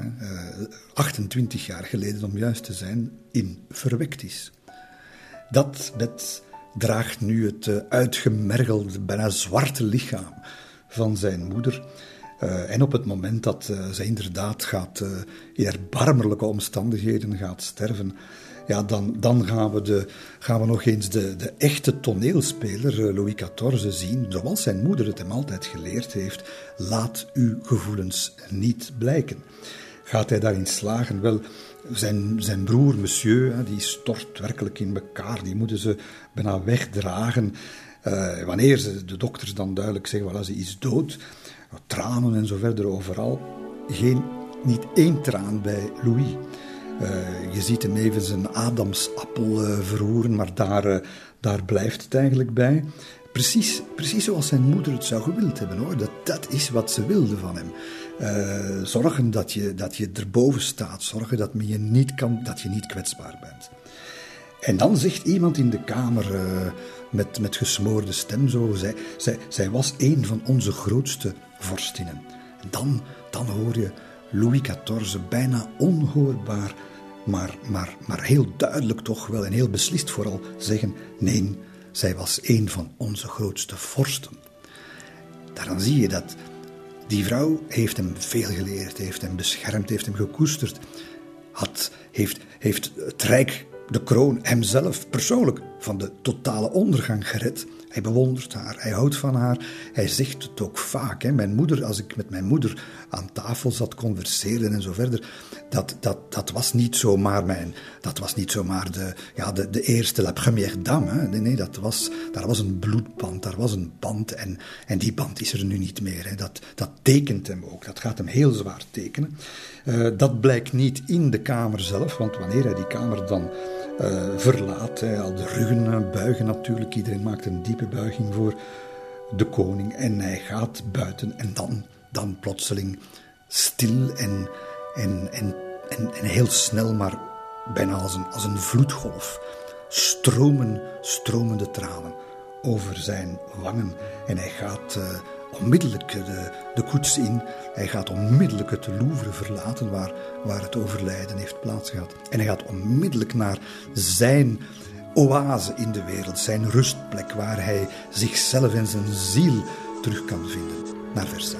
28 jaar geleden om juist te zijn, in verwekt is. Dat bed draagt nu het uitgemergelde, bijna zwarte lichaam van zijn moeder. En op het moment dat zij inderdaad in erbarmelijke omstandigheden gaat sterven, ja, dan gaan we nog eens de echte toneelspeler Louis XIV zien, zoals zijn moeder het hem altijd geleerd heeft: laat uw gevoelens niet blijken. Gaat hij daarin slagen? Wel, zijn broer, monsieur, die stort werkelijk in elkaar. Die moeten ze bijna wegdragen. Wanneer de dokters dan duidelijk zeggen, voilà, ze is dood. Tranen en zo verder overal. Niet één traan bij Louis. Je ziet hem even zijn adamsappel verroeren, maar daar blijft het eigenlijk bij. Precies zoals zijn moeder het zou gewild hebben, hoor. Dat is wat ze wilde van hem. Zorgen dat je erboven staat. Zorgen dat je niet kwetsbaar bent. En dan zegt iemand in de kamer met gesmoorde stem zo: zij was een van onze grootste vorstinnen. Dan hoor je Louis XIV bijna onhoorbaar, maar heel duidelijk toch wel en heel beslist vooral zeggen: nee, zij was een van onze grootste vorsten. Daaraan zie je dat die vrouw heeft hem veel geleerd, heeft hem beschermd, heeft hem gekoesterd, heeft het rijk, de kroon, hemzelf persoonlijk van de totale ondergang gered. Hij bewondert haar, hij houdt van haar, hij zegt het ook vaak. Hè. Mijn moeder, als ik met mijn moeder aan tafel zat, converseerde en zo verder, dat was niet zomaar de eerste, la première dame. Hè. Nee, daar was een bloedband, daar was een band en die band is er nu niet meer. Hè. Dat tekent hem ook, dat gaat hem heel zwaar tekenen. Dat blijkt niet in de kamer zelf, want wanneer hij die kamer dan verlaat, al de ruggen buigen natuurlijk, iedereen maakt een diepe buiging voor de koning en hij gaat buiten en dan plotseling stil en heel snel, maar bijna als een vloedgolf, stromende tranen over zijn wangen en hij gaat onmiddellijk de koets in. Hij gaat onmiddellijk het Louvre verlaten waar het overlijden heeft plaatsgehad. En hij gaat onmiddellijk naar zijn oase in de wereld, zijn rustplek waar hij zichzelf en zijn ziel terug kan vinden, naar Versailles.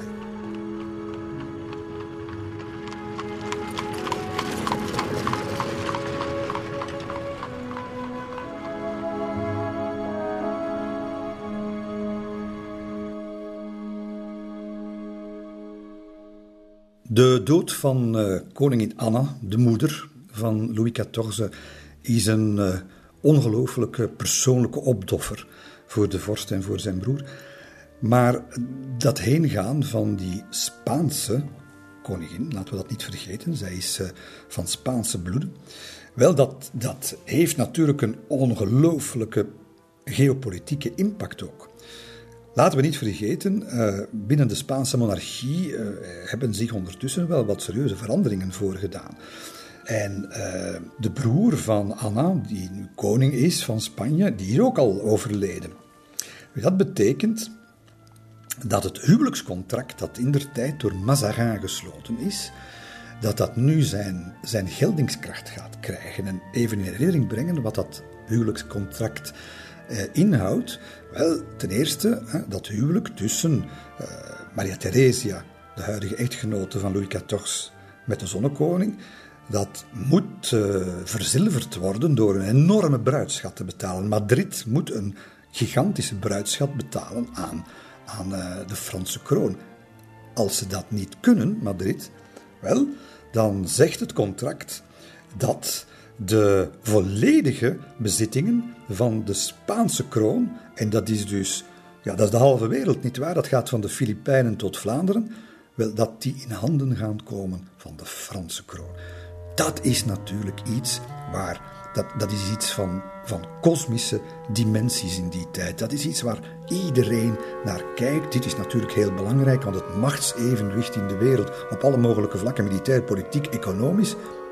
De dood van koningin Anna, de moeder van Louis XIV, is een ongelooflijke persoonlijke opdoffer voor de vorst en voor zijn broer. Maar dat heengaan van die Spaanse koningin, laten we dat niet vergeten, zij is van Spaanse bloeden. Wel, dat heeft natuurlijk een ongelooflijke geopolitieke impact ook. Laten we niet vergeten, binnen de Spaanse monarchie hebben zich ondertussen wel wat serieuze veranderingen voorgedaan. En de broer van Anna, die nu koning is van Spanje, die is ook al overleden. Dat betekent dat het huwelijkscontract dat indertijd door Mazarin gesloten is, dat nu zijn geldingskracht gaat krijgen. En even in herinnering brengen wat dat huwelijkscontract inhoudt. Wel, ten eerste dat huwelijk tussen Maria Theresia, de huidige echtgenote van Louis XIV, met de zonnekoning, dat moet verzilverd worden door een enorme bruidsschat te betalen. Madrid moet een gigantische bruidsschat betalen aan de Franse kroon. Als ze dat niet kunnen, Madrid, wel, dan zegt het contract dat de volledige bezittingen van de Spaanse kroon, en dat is dus, dat is de halve wereld, nietwaar? Dat gaat van de Filipijnen tot Vlaanderen, wel, dat die in handen gaan komen van de Franse kroon. Dat is natuurlijk iets dat is iets van kosmische dimensies in die tijd. Dat is iets waar iedereen naar kijkt. Dit is natuurlijk heel belangrijk, want het machtsevenwicht in de wereld op alle mogelijke vlakken, militair, politiek, economisch,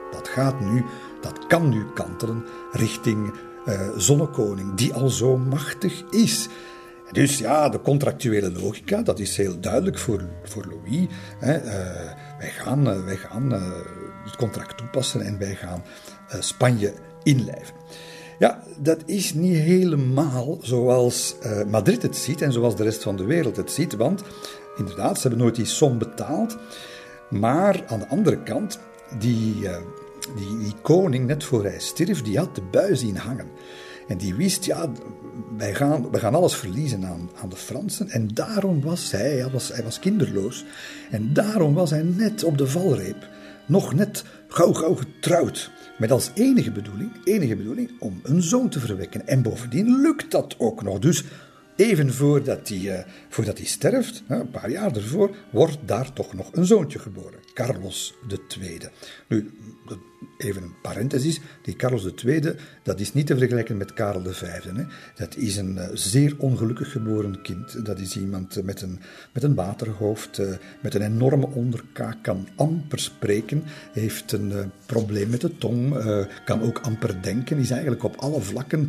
dat kan nu kantelen richting zonnekoning, die al zo machtig is. Dus ja, de contractuele logica, dat is heel duidelijk voor Louis. Wij gaan het contract toepassen en wij gaan Spanje inlijven. Ja, dat is niet helemaal zoals Madrid het ziet en zoals de rest van de wereld het ziet, want inderdaad, ze hebben nooit die som betaald, maar aan de andere kant, die koning, net voor hij stierf, die had de bui zien hangen. En die wist, wij gaan alles verliezen aan de Fransen. En daarom was hij was kinderloos. En daarom was hij net op de valreep. Nog net gauw getrouwd. Met als enige bedoeling om een zoon te verwekken. En bovendien lukt dat ook nog. Dus even voordat hij sterft, een paar jaar ervoor, wordt daar toch nog een zoontje geboren. Carlos II. Nu, even een parenthesis, die Carlos II, dat is niet te vergelijken met Karel V. Hè. Dat is een zeer ongelukkig geboren kind. Dat is iemand met een waterhoofd, met een enorme onderkaak, kan amper spreken, heeft een probleem met de tong, kan ook amper denken, is eigenlijk op alle vlakken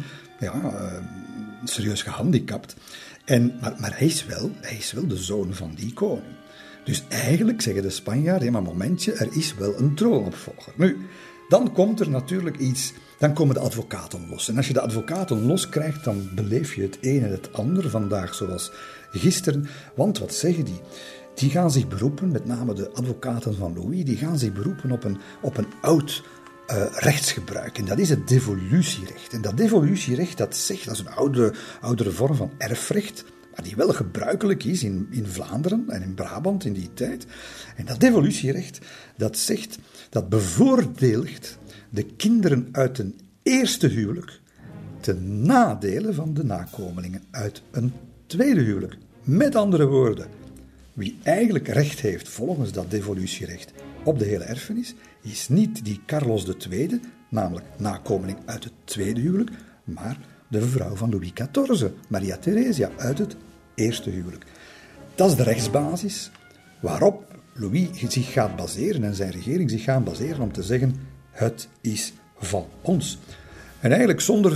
serieus gehandicapt. Maar hij is wel de zoon van die koning. Dus eigenlijk zeggen de Spanjaarden, maar momentje, er is wel een troonopvolger. Nu, dan komt er natuurlijk iets, dan komen de advocaten los. En als je de advocaten los krijgt, dan beleef je het een en het ander vandaag, zoals gisteren. Want wat zeggen die? Die gaan zich beroepen, met name de advocaten van Louis, die gaan zich beroepen op een oud rechtsgebruik. En dat is het devolutierecht. En dat devolutierecht, dat is een oudere vorm van erfrecht, maar die wel gebruikelijk is in Vlaanderen en in Brabant in die tijd. En dat devolutierecht, dat bevoordeelt de kinderen uit een eerste huwelijk ten nadele van de nakomelingen uit een tweede huwelijk. Met andere woorden, wie eigenlijk recht heeft volgens dat devolutierecht op de hele erfenis, is niet die Carlos II, namelijk nakomeling uit het tweede huwelijk, maar de vrouw van Louis XIV, Maria Theresia, uit het eerste huwelijk. Dat is de rechtsbasis waarop Louis zich gaat baseren en zijn regering zich gaat baseren om te zeggen, het is van ons. En eigenlijk zonder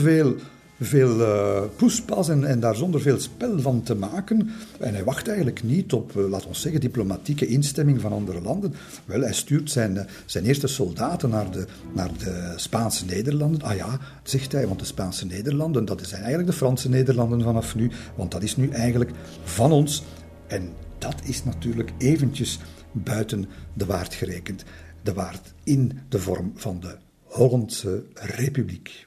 veel poespas en daar zonder veel spel van te maken. En hij wacht eigenlijk niet op, laten we zeggen, diplomatieke instemming van andere landen. Wel, hij stuurt zijn eerste soldaten naar de Spaanse Nederlanden. Ah ja, zegt hij, want de Spaanse Nederlanden, dat zijn eigenlijk de Franse Nederlanden vanaf nu, want dat is nu eigenlijk van ons. En dat is natuurlijk eventjes buiten de waard gerekend. De waard in de vorm van de Hollandse Republiek.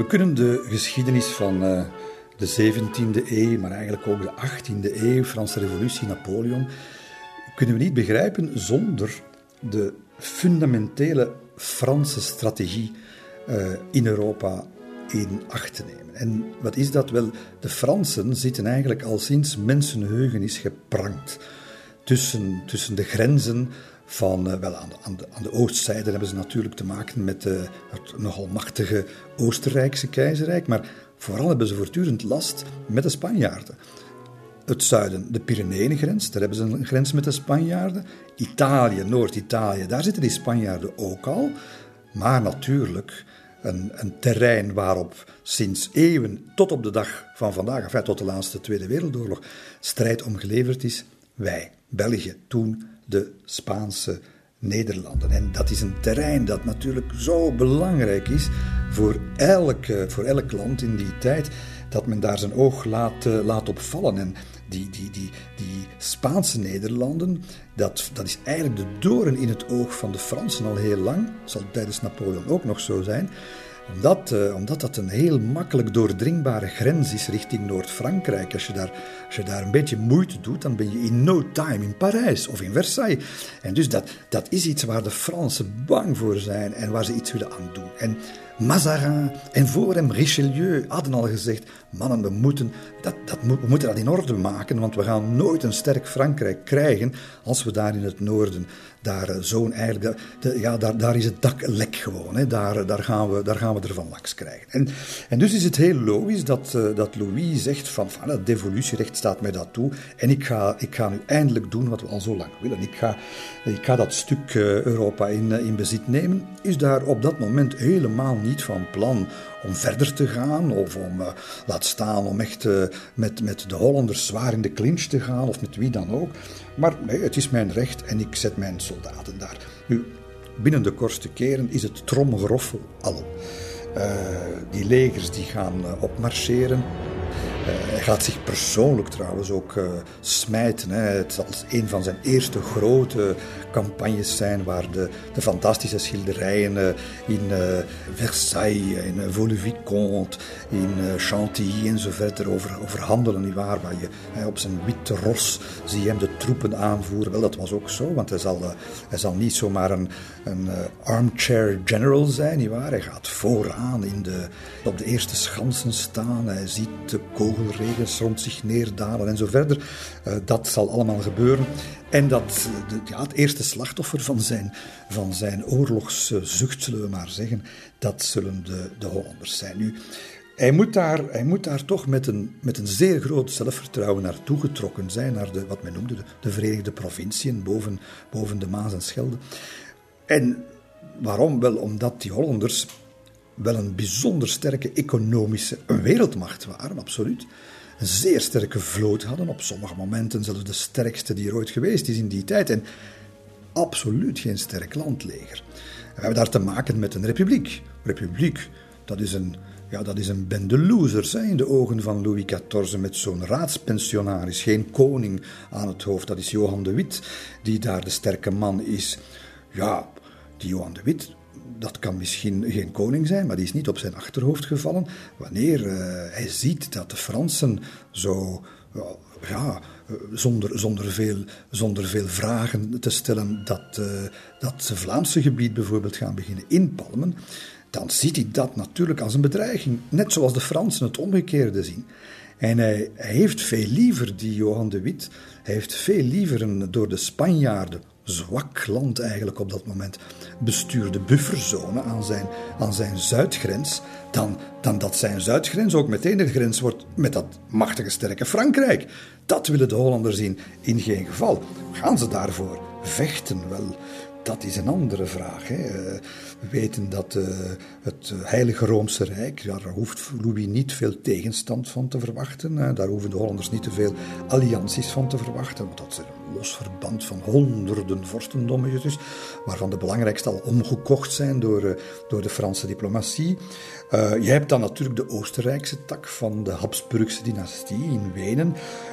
We kunnen de geschiedenis van de 17e eeuw, maar eigenlijk ook de 18e eeuw, Franse Revolutie, Napoleon, kunnen we niet begrijpen zonder de fundamentele Franse strategie in Europa in acht te nemen. En wat is dat? Wel, de Fransen zitten eigenlijk al sinds mensenheugenis geprankt tussen de grenzen van, wel aan de oostzijde hebben ze natuurlijk te maken met het nogal machtige Oostenrijkse keizerrijk, maar vooral hebben ze voortdurend last met de Spanjaarden. Het zuiden, de Pyreneeëngrens, daar hebben ze een grens met de Spanjaarden. Italië, Noord-Italië, daar zitten die Spanjaarden ook al. Maar natuurlijk een terrein waarop sinds eeuwen tot op de dag van vandaag, enfin tot de laatste Tweede Wereldoorlog, strijd om geleverd is. Wij, België, toen de Spaanse Nederlanden. En dat is een terrein dat natuurlijk zo belangrijk is voor elk land in die tijd, dat men daar zijn oog laat op vallen. En die Spaanse Nederlanden, dat is eigenlijk de doorn in het oog van de Fransen al heel lang. Dat zal tijdens Napoleon ook nog zo zijn. Omdat dat een heel makkelijk doordringbare grens is richting Noord-Frankrijk. Als je daar een beetje moeite doet, dan ben je in no time in Parijs of in Versailles. En dus dat is iets waar de Fransen bang voor zijn en waar ze iets willen aan doen. En Mazarin en voor hem Richelieu hadden al gezegd, mannen, we moeten dat in orde maken, want we gaan nooit een sterk Frankrijk krijgen als we daar in het noorden, daar is het dak lek gewoon. Hè. Daar gaan we ervan laks krijgen. En dus is het heel logisch dat Louis zegt van het devolutierecht staat mij dat toe en ik ga nu eindelijk doen wat we al zo lang willen. Ik ga dat stuk Europa in bezit nemen. Is daar op dat moment helemaal niet van plan om verder te gaan of laat staan om echt met de Hollanders zwaar in de clinch te gaan of met wie dan ook. Maar nee, het is mijn recht en ik zet mijn soldaten daar. Nu, binnen de kortste keren is het tromgeroffel al. Die legers die gaan opmarcheren. Hij gaat zich persoonlijk trouwens ook smijten. Hè. Het zal een van zijn eerste grote campagnes zijn waar de fantastische schilderijen in Versailles, in Vaux-le-Vicomte, in Chantilly en zo verder over handelen, nietwaar? Waar je op zijn witte ros zie je hem de troepen aanvoeren. Wel, dat was ook zo, want hij zal niet zomaar een armchair general zijn, nietwaar? Hij gaat vooraan op de eerste schansen staan. Hij ziet de kogelregens rond zich neerdalen en zo verder. Dat zal allemaal gebeuren. En het eerste slachtoffer van zijn oorlogszucht, zullen we maar zeggen, dat zullen de Hollanders zijn. Nu, hij moet daar toch met een zeer groot zelfvertrouwen naartoe getrokken zijn, naar wat men noemde de Verenigde Provinciën, boven de Maas en Schelde. En waarom? Wel, omdat die Hollanders wel een bijzonder sterke economische wereldmacht waren, absoluut. Een zeer sterke vloot hadden, op sommige momenten zelfs de sterkste die er ooit geweest is in die tijd. En absoluut geen sterk landleger. We hebben daar te maken met een republiek. Republiek, dat is een bende losers in de ogen van Louis XIV, met zo'n raadspensionaris, geen koning aan het hoofd. Dat is Johan de Witt, die daar de sterke man is. Ja, die Johan de Witt, dat kan misschien geen koning zijn, maar die is niet op zijn achterhoofd gevallen wanneer hij ziet dat de Fransen zo, zonder veel vragen te stellen, dat ze Vlaamse gebied bijvoorbeeld gaan beginnen inpalmen, dan ziet hij dat natuurlijk als een bedreiging, net zoals de Fransen het omgekeerde zien. En hij heeft veel liever, die Johan de Witt, hij heeft veel liever een door de Spanjaarden zwak land eigenlijk op dat moment bestuurde bufferzone aan zijn zuidgrens, dan dat zijn zuidgrens ook meteen de grens wordt met dat machtige sterke Frankrijk. Dat willen de Hollanders in geen geval. Gaan ze daarvoor vechten? Wel, dat is een andere vraag. Hè. We weten dat het Heilige Roomse Rijk, daar hoeft Louis niet veel tegenstand van te verwachten. Daar hoeven de Hollanders niet te veel allianties van te verwachten. Want dat is een los verband van honderden vorstendommetjes, waarvan de belangrijkste al omgekocht zijn door de Franse diplomatie. Je hebt dan natuurlijk de Oostenrijkse tak van de Habsburgse dynastie in Wenen.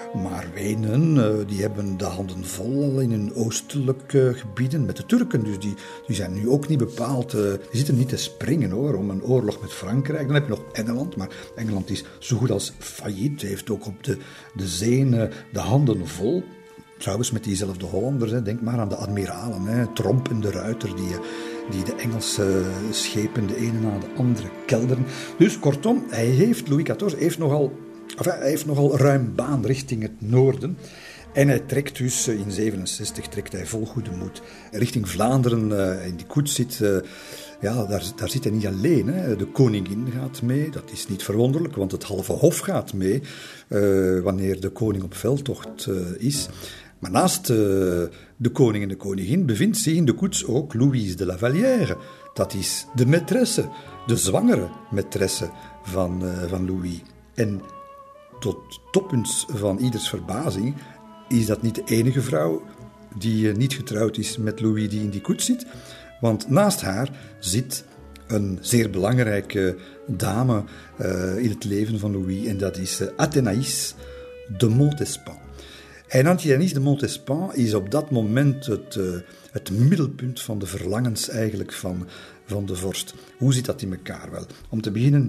Maar Wenen, die hebben de handen vol al in hun oostelijke gebieden met de Turken. Dus die zijn nu ook niet bepaald... die zitten niet te springen hoor, om een oorlog met Frankrijk. Dan heb je nog Engeland, maar Engeland is zo goed als failliet. Heeft ook op de zeeën de handen vol. Trouwens, met diezelfde Hollanders, hè. Denk maar aan de admiralen, hè. Tromp en de Ruiter, die de Engelse schepen de ene na de andere kelderen. Dus kortom, Louis XIV heeft nogal ruim baan richting het noorden. En hij trekt dus in 1967 vol goede moed richting Vlaanderen. In die koets zit... daar zit hij niet alleen. Hè. De koningin gaat mee. Dat is niet verwonderlijk, want het halve hof gaat mee wanneer de koning op veldtocht is. Maar naast de koning en de koningin bevindt zich in de koets ook Louise de La Vallière. Dat is de maîtresse, de zwangere maîtresse van Louis. En tot toppunt van ieders verbazing is dat niet de enige vrouw die niet getrouwd is met Louis die in die koets zit. Want naast haar zit een zeer belangrijke dame in het leven van Louis. En dat is Athénaïs de Montespan. En Athénaïs de Montespan is op dat moment het middelpunt van de verlangens eigenlijk van de vorst. Hoe zit dat in elkaar? Wel, om te beginnen,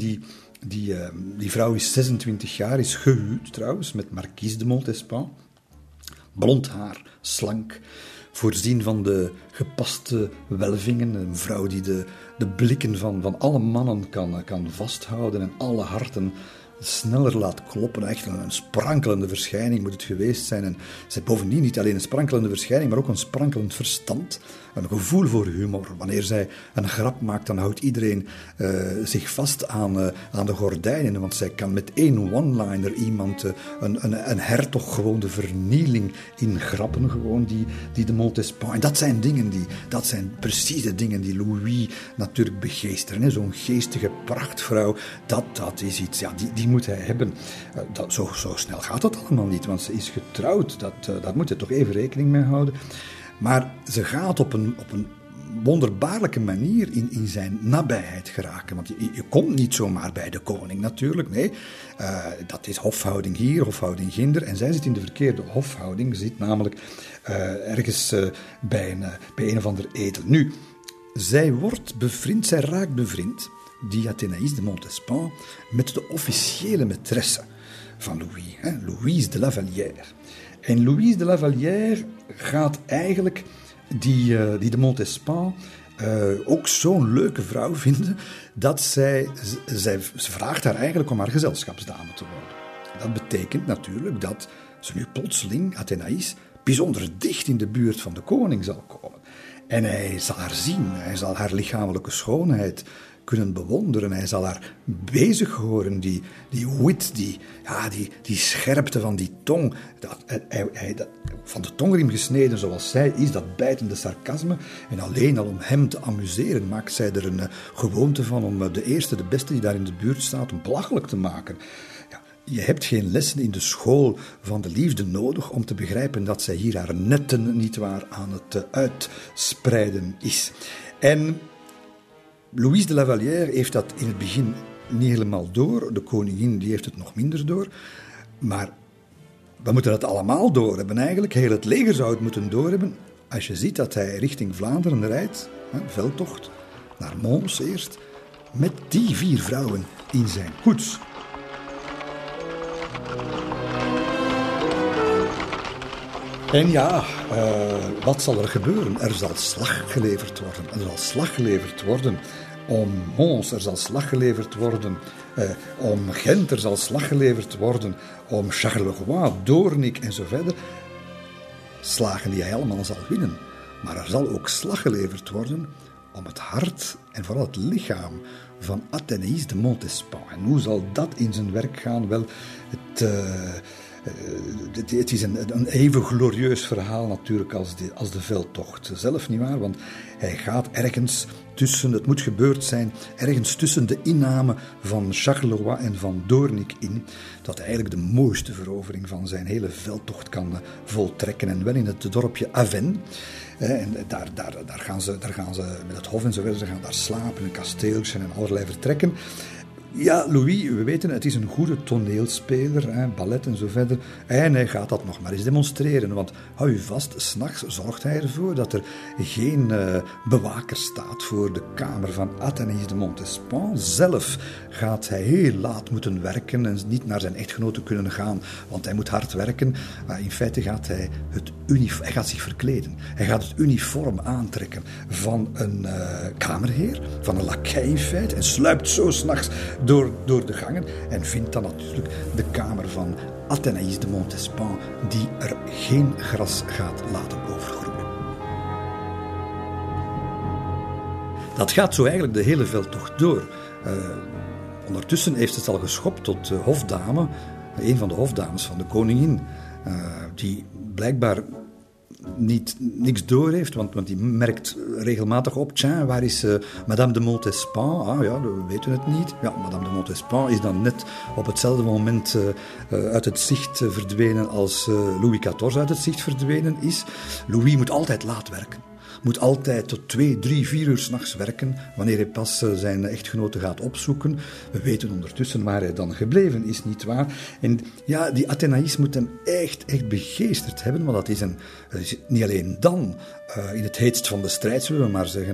die vrouw is 26 jaar, is gehuwd trouwens met Marquise de Montespan. Blond haar, slank, voorzien van de gepaste welvingen. Een vrouw die de blikken van alle mannen kan vasthouden en alle harten sneller laat kloppen. Echt een sprankelende verschijning moet het geweest zijn. En ze heeft bovendien niet alleen een sprankelende verschijning, maar ook een sprankelend verstand. Een gevoel voor humor. Wanneer zij een grap maakt, dan houdt iedereen zich vast aan de gordijnen. Want zij kan met één one-liner iemand, een hertog, gewoon de vernieling ingrappen. Gewoon die de Montespan. En dat zijn precies de dingen die Louis natuurlijk begeesteren. Zo'n geestige prachtvrouw, dat is iets, ja, die moet hij hebben. Zo snel gaat dat allemaal niet, want ze is getrouwd. Daar moet je toch even rekening mee houden. Maar ze gaat op een wonderbaarlijke manier in zijn nabijheid geraken. Want je komt niet zomaar bij de koning natuurlijk, nee. Dat is hofhouding hier, hofhouding ginder. En zij zit in de verkeerde hofhouding. Ze zit namelijk ergens bij een of ander edel. Nu, zij raakt bevriend, die Athénaïs de Montespan, met de officiële maîtresse van Louis, hè, Louise de La Vallière. En Louise de La Vallière gaat eigenlijk die de Montespan ook zo'n leuke vrouw vinden, dat ze vraagt haar eigenlijk om haar gezelschapsdame te worden. Dat betekent natuurlijk dat ze nu plotseling, Athénaïs, bijzonder dicht in de buurt van de koning zal komen. En hij zal haar zien, hij zal haar lichamelijke schoonheid kunnen bewonderen. Hij zal haar bezig horen, die wit, die scherpte van die tong, van de tongriem gesneden zoals zij is, dat bijtende sarcasme. En alleen al om hem te amuseren maakt zij er een gewoonte van om de eerste, de beste die daar in de buurt staat, om belachelijk te maken. Ja, je hebt geen lessen in de school van de liefde nodig om te begrijpen dat zij hier haar netten nietwaar aan het uitspreiden is. En Louise de La Vallière heeft dat in het begin niet helemaal door. De koningin die heeft het nog minder door. Maar we moeten het allemaal doorhebben eigenlijk. Heel het leger zou het moeten doorhebben. Als je ziet dat hij richting Vlaanderen rijdt, veldtocht, naar Mons eerst, met die 4 vrouwen in zijn koets. En ja, wat zal er gebeuren? Er zal slag geleverd worden. Er zal slag geleverd worden om Mons. Er zal slag geleverd worden om Gent. Er zal slag geleverd worden om Charleroi, Doornik en zo verder. Slagen die hij allemaal zal winnen. Maar er zal ook slag geleverd worden om het hart en vooral het lichaam van Athénaïs de Montespan. En hoe zal dat in zijn werk gaan? Wel, het is een even glorieus verhaal natuurlijk als de veldtocht zelf, nietwaar? Want hij gaat ergens tussen, het moet gebeurd zijn, ergens tussen de inname van Charleroi en van Doornik in, dat hij eigenlijk de mooiste verovering van zijn hele veldtocht kan voltrekken. En wel in het dorpje Avennes. En daar gaan ze met het hof en zo verder, ze gaan daar slapen, een kasteeltje en allerlei vertrekken. Ja, Louis, we weten, het is een goede toneelspeler, hè, ballet en zo verder. En hij gaat dat nog maar eens demonstreren. Want hou u vast, 's nachts zorgt hij ervoor dat er geen bewaker staat voor de kamer van Athénaïs de Montespan. Zelf gaat hij heel laat moeten werken en niet naar zijn echtgenote kunnen gaan, want hij moet hard werken. Maar in feite gaat hij hij gaat zich verkleden. Hij gaat het uniform aantrekken van een kamerheer, van een lakij in feite, en sluipt zo 's nachts door de gangen en vindt dan natuurlijk de kamer van Athénaïs de Montespan, die er geen gras gaat laten overgroeien. Dat gaat zo eigenlijk de hele veldtocht door. Ondertussen heeft het al geschopt tot hofdame, een van de hofdames van de koningin, die blijkbaar niks door heeft, want die merkt regelmatig op, waar is Madame de Montespan? Ah ja, we weten het niet. Ja, Madame de Montespan is dan net op hetzelfde moment uit het zicht verdwenen als Louis XIV uit het zicht verdwenen is. Louis moet altijd laat werken. Moet altijd tot 2, 3, 4 uur 's nachts werken, wanneer hij pas zijn echtgenote gaat opzoeken. We weten ondertussen waar hij dan gebleven is, nietwaar? En ja, die Athénaïs moet hem echt begeesterd hebben, want dat is niet alleen dan, in het heetst van de strijd, zullen we maar zeggen,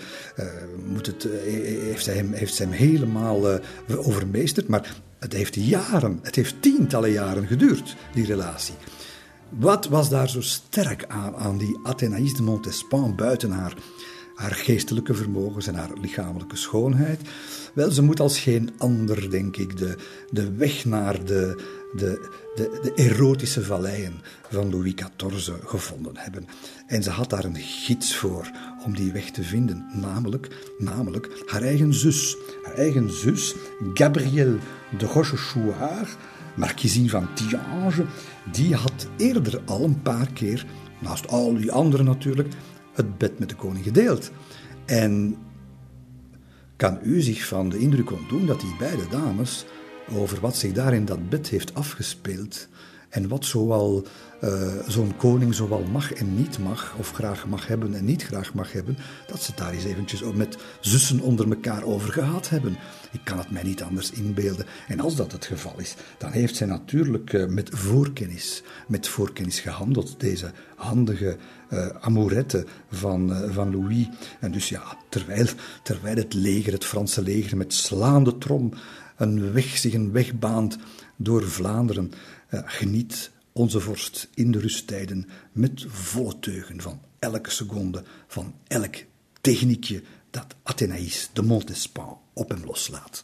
heeft ze hem helemaal overmeesterd, maar het heeft tientallen jaren geduurd, die relatie. Wat was daar zo sterk aan die Athénaïs de Montespan, buiten haar geestelijke vermogens en haar lichamelijke schoonheid? Wel, ze moet als geen ander, denk ik, de weg naar de erotische valleien van Louis XIV gevonden hebben. En ze had daar een gids voor om die weg te vinden, namelijk haar eigen zus, Gabrielle de Rochechouart, markiezin van Tiange, die had eerder al een paar keer, naast al die anderen natuurlijk, het bed met de koning gedeeld. En kan u zich van de indruk ontdoen dat die beide dames, over wat zich daar in dat bed heeft afgespeeld en wat zo'n koning zowel mag en niet mag, of graag mag hebben en niet graag mag hebben, dat ze het daar eens eventjes met zussen onder elkaar over gehad hebben. Ik kan het mij niet anders inbeelden. En als dat het geval is, dan heeft zij natuurlijk met voorkennis gehandeld, deze handige amourette van Louis. En dus ja, terwijl het Franse leger met slaande trom zich een weg baant door Vlaanderen, geniet onze vorst in de rusttijden met volle teugen van elke seconde, van elk techniekje dat Athénaïs de Montespan op hem loslaat.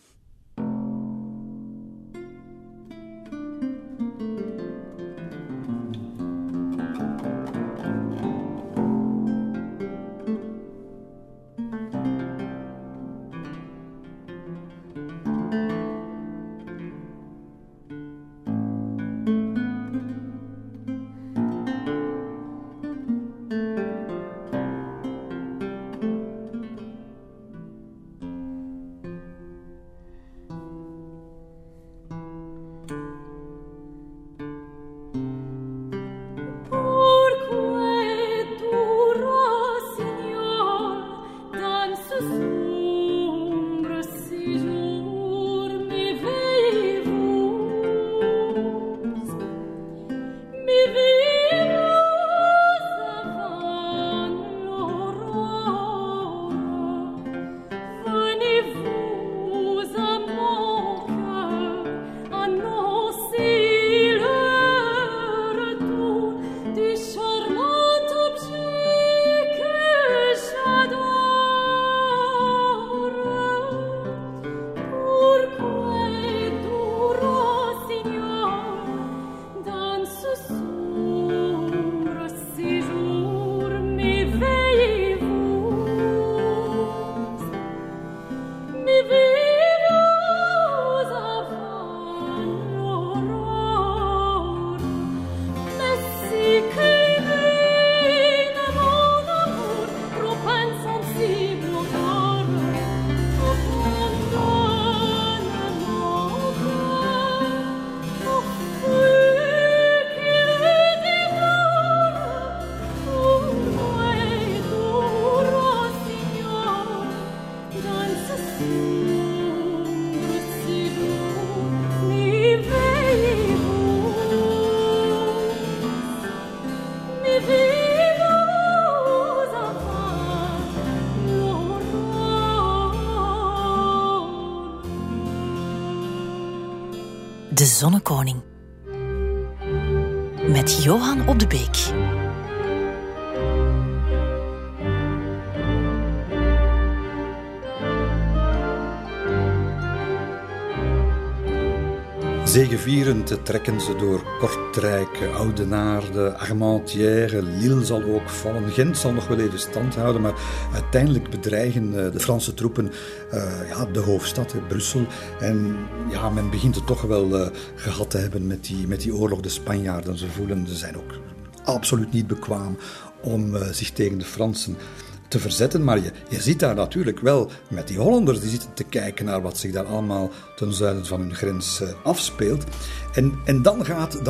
De Zonnekoning. Met Johan op de Beek. Zegevierend trekken ze door Kortrijk, Oudenaarde, Armentières, Lille zal ook vallen. Gent zal nog wel even stand houden, maar uiteindelijk bedreigen de Franse troepen de hoofdstad, Brussel. En ja, men begint het toch wel gehad te hebben met die oorlog. De Spanjaarden, ze zijn ook absoluut niet bekwaam om zich tegen de Fransen te verzetten, maar je ziet daar natuurlijk wel met die Hollanders, die zitten te kijken naar wat zich daar allemaal ten zuiden van hun grens afspeelt. En dan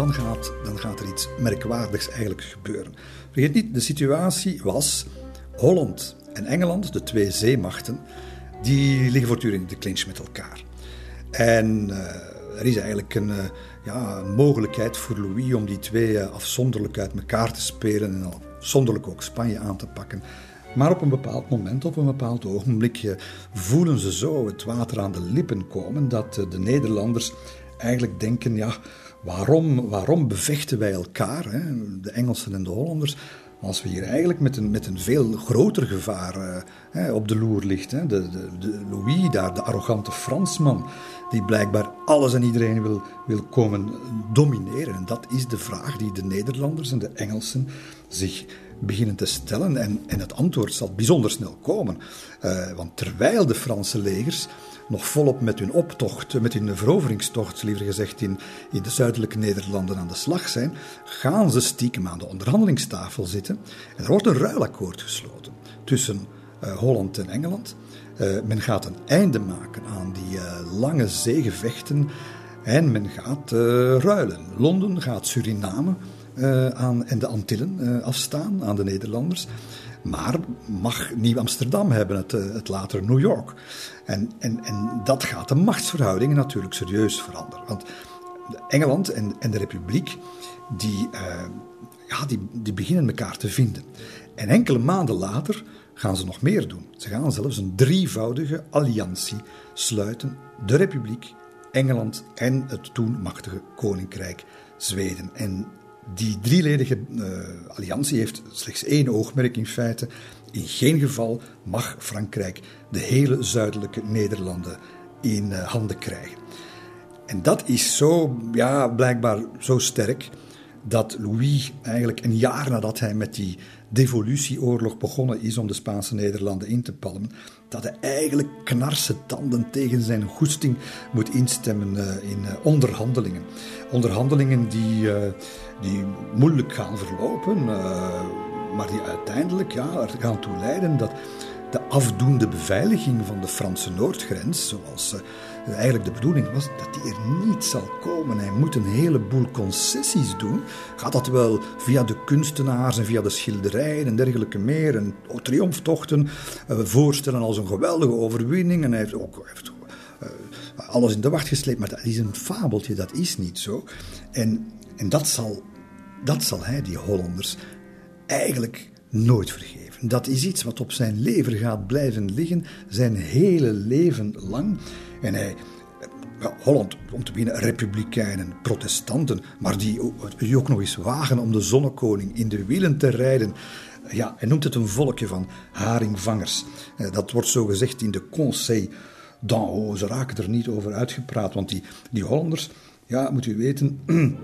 gaat er iets merkwaardigs eigenlijk gebeuren. Vergeet niet, de situatie was Holland en Engeland, de twee zeemachten, die liggen voortdurend in de clinch met elkaar. En er is eigenlijk een mogelijkheid voor Louis om die twee afzonderlijk uit elkaar te spelen en afzonderlijk ook Spanje aan te pakken. Maar op een bepaald moment, op een bepaald ogenblik, voelen ze zo het water aan de lippen komen dat de Nederlanders eigenlijk denken, waarom bevechten wij elkaar, hè? De Engelsen en de Hollanders, als we hier eigenlijk met een veel groter gevaar op de loer ligt. Hè? De Louis daar, de arrogante Fransman, die blijkbaar alles en iedereen wil komen domineren. En dat is de vraag die de Nederlanders en de Engelsen zich beginnen te stellen. En het antwoord zal bijzonder snel komen. Want terwijl de Franse legers nog volop met hun optocht, met hun veroveringstocht, liever gezegd, in de zuidelijke Nederlanden aan de slag zijn, gaan ze stiekem aan de onderhandelingstafel zitten. En er wordt een ruilakkoord gesloten tussen Holland en Engeland. Men gaat een einde maken aan die lange zeegevechten en men gaat ruilen. Londen gaat Suriname en de Antillen afstaan aan de Nederlanders, maar mag Nieuw-Amsterdam hebben, het later New York. En dat gaat de machtsverhoudingen natuurlijk serieus veranderen. Want Engeland en de Republiek, die beginnen elkaar te vinden. En enkele maanden later gaan ze nog meer doen. Ze gaan zelfs een drievoudige alliantie sluiten. De Republiek, Engeland en het toen machtige Koninkrijk Zweden. En die drieledige alliantie heeft slechts één oogmerk in feite. In geen geval mag Frankrijk de hele zuidelijke Nederlanden in handen krijgen. En dat is zo, blijkbaar zo sterk, dat Louis eigenlijk een jaar nadat hij met die devolutieoorlog begonnen is om de Spaanse Nederlanden in te palmen, dat hij eigenlijk knarsetanden tegen zijn goesting moet instemmen in onderhandelingen. Onderhandelingen die moeilijk gaan verlopen, maar die uiteindelijk er gaan toe leiden dat de afdoende beveiliging van de Franse noordgrens, zoals eigenlijk de bedoeling was, dat die er niet zal komen. Hij moet een heleboel concessies doen. Gaat dat wel via de kunstenaars en via de schilderijen en dergelijke meer, en triomftochten voorstellen als een geweldige overwinning. En hij heeft ook alles in de wacht gesleept, maar dat is een fabeltje, dat is niet zo. En dat zal hij, die Hollanders, eigenlijk nooit vergeven. Dat is iets wat op zijn lever gaat blijven liggen, zijn hele leven lang. En hij, Holland, om te beginnen, republikeinen, protestanten, maar die ook nog eens wagen om de zonnekoning in de wielen te rijden. Ja, hij noemt het een volkje van haringvangers. Dat wordt zo gezegd in de Conseil d'en haut. Ze raken er niet over uitgepraat, want die Hollanders, moet u weten,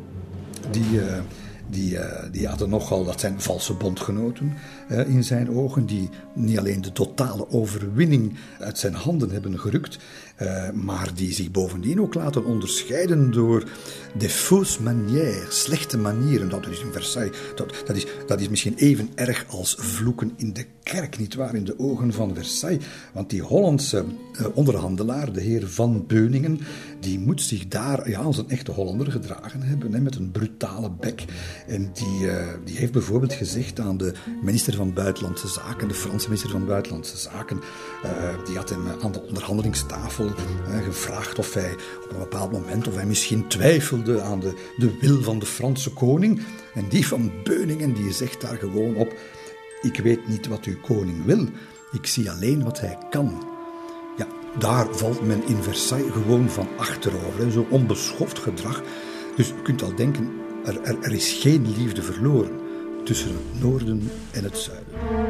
die hadden nogal, dat zijn valse bondgenoten in zijn ogen, die niet alleen de totale overwinning uit zijn handen hebben gerukt, maar die zich bovendien ook laten onderscheiden door de fausses manières, slechte manieren. Dat is in Versailles, dat is misschien even erg als vloeken in de kerk, nietwaar, in de ogen van Versailles. Want die Hollandse onderhandelaar, de heer Van Beuningen, die moet zich daar als een echte Hollander gedragen hebben, met een brutale bek. En die heeft bijvoorbeeld gezegd aan de minister van Buitenlandse Zaken, de Franse minister van Buitenlandse Zaken, die had hem aan de onderhandelingstafel gevraagd of hij op een bepaald moment, of hij misschien twijfelde aan de wil van de Franse koning. En die Van Beuningen, die zegt daar gewoon op: ik weet niet wat uw koning wil, ik zie alleen wat hij kan. Ja, Daar valt men in Versailles gewoon van achterover. Zo'n onbeschoft gedrag. Dus je kunt al denken, er is geen liefde verloren tussen het noorden en het zuiden.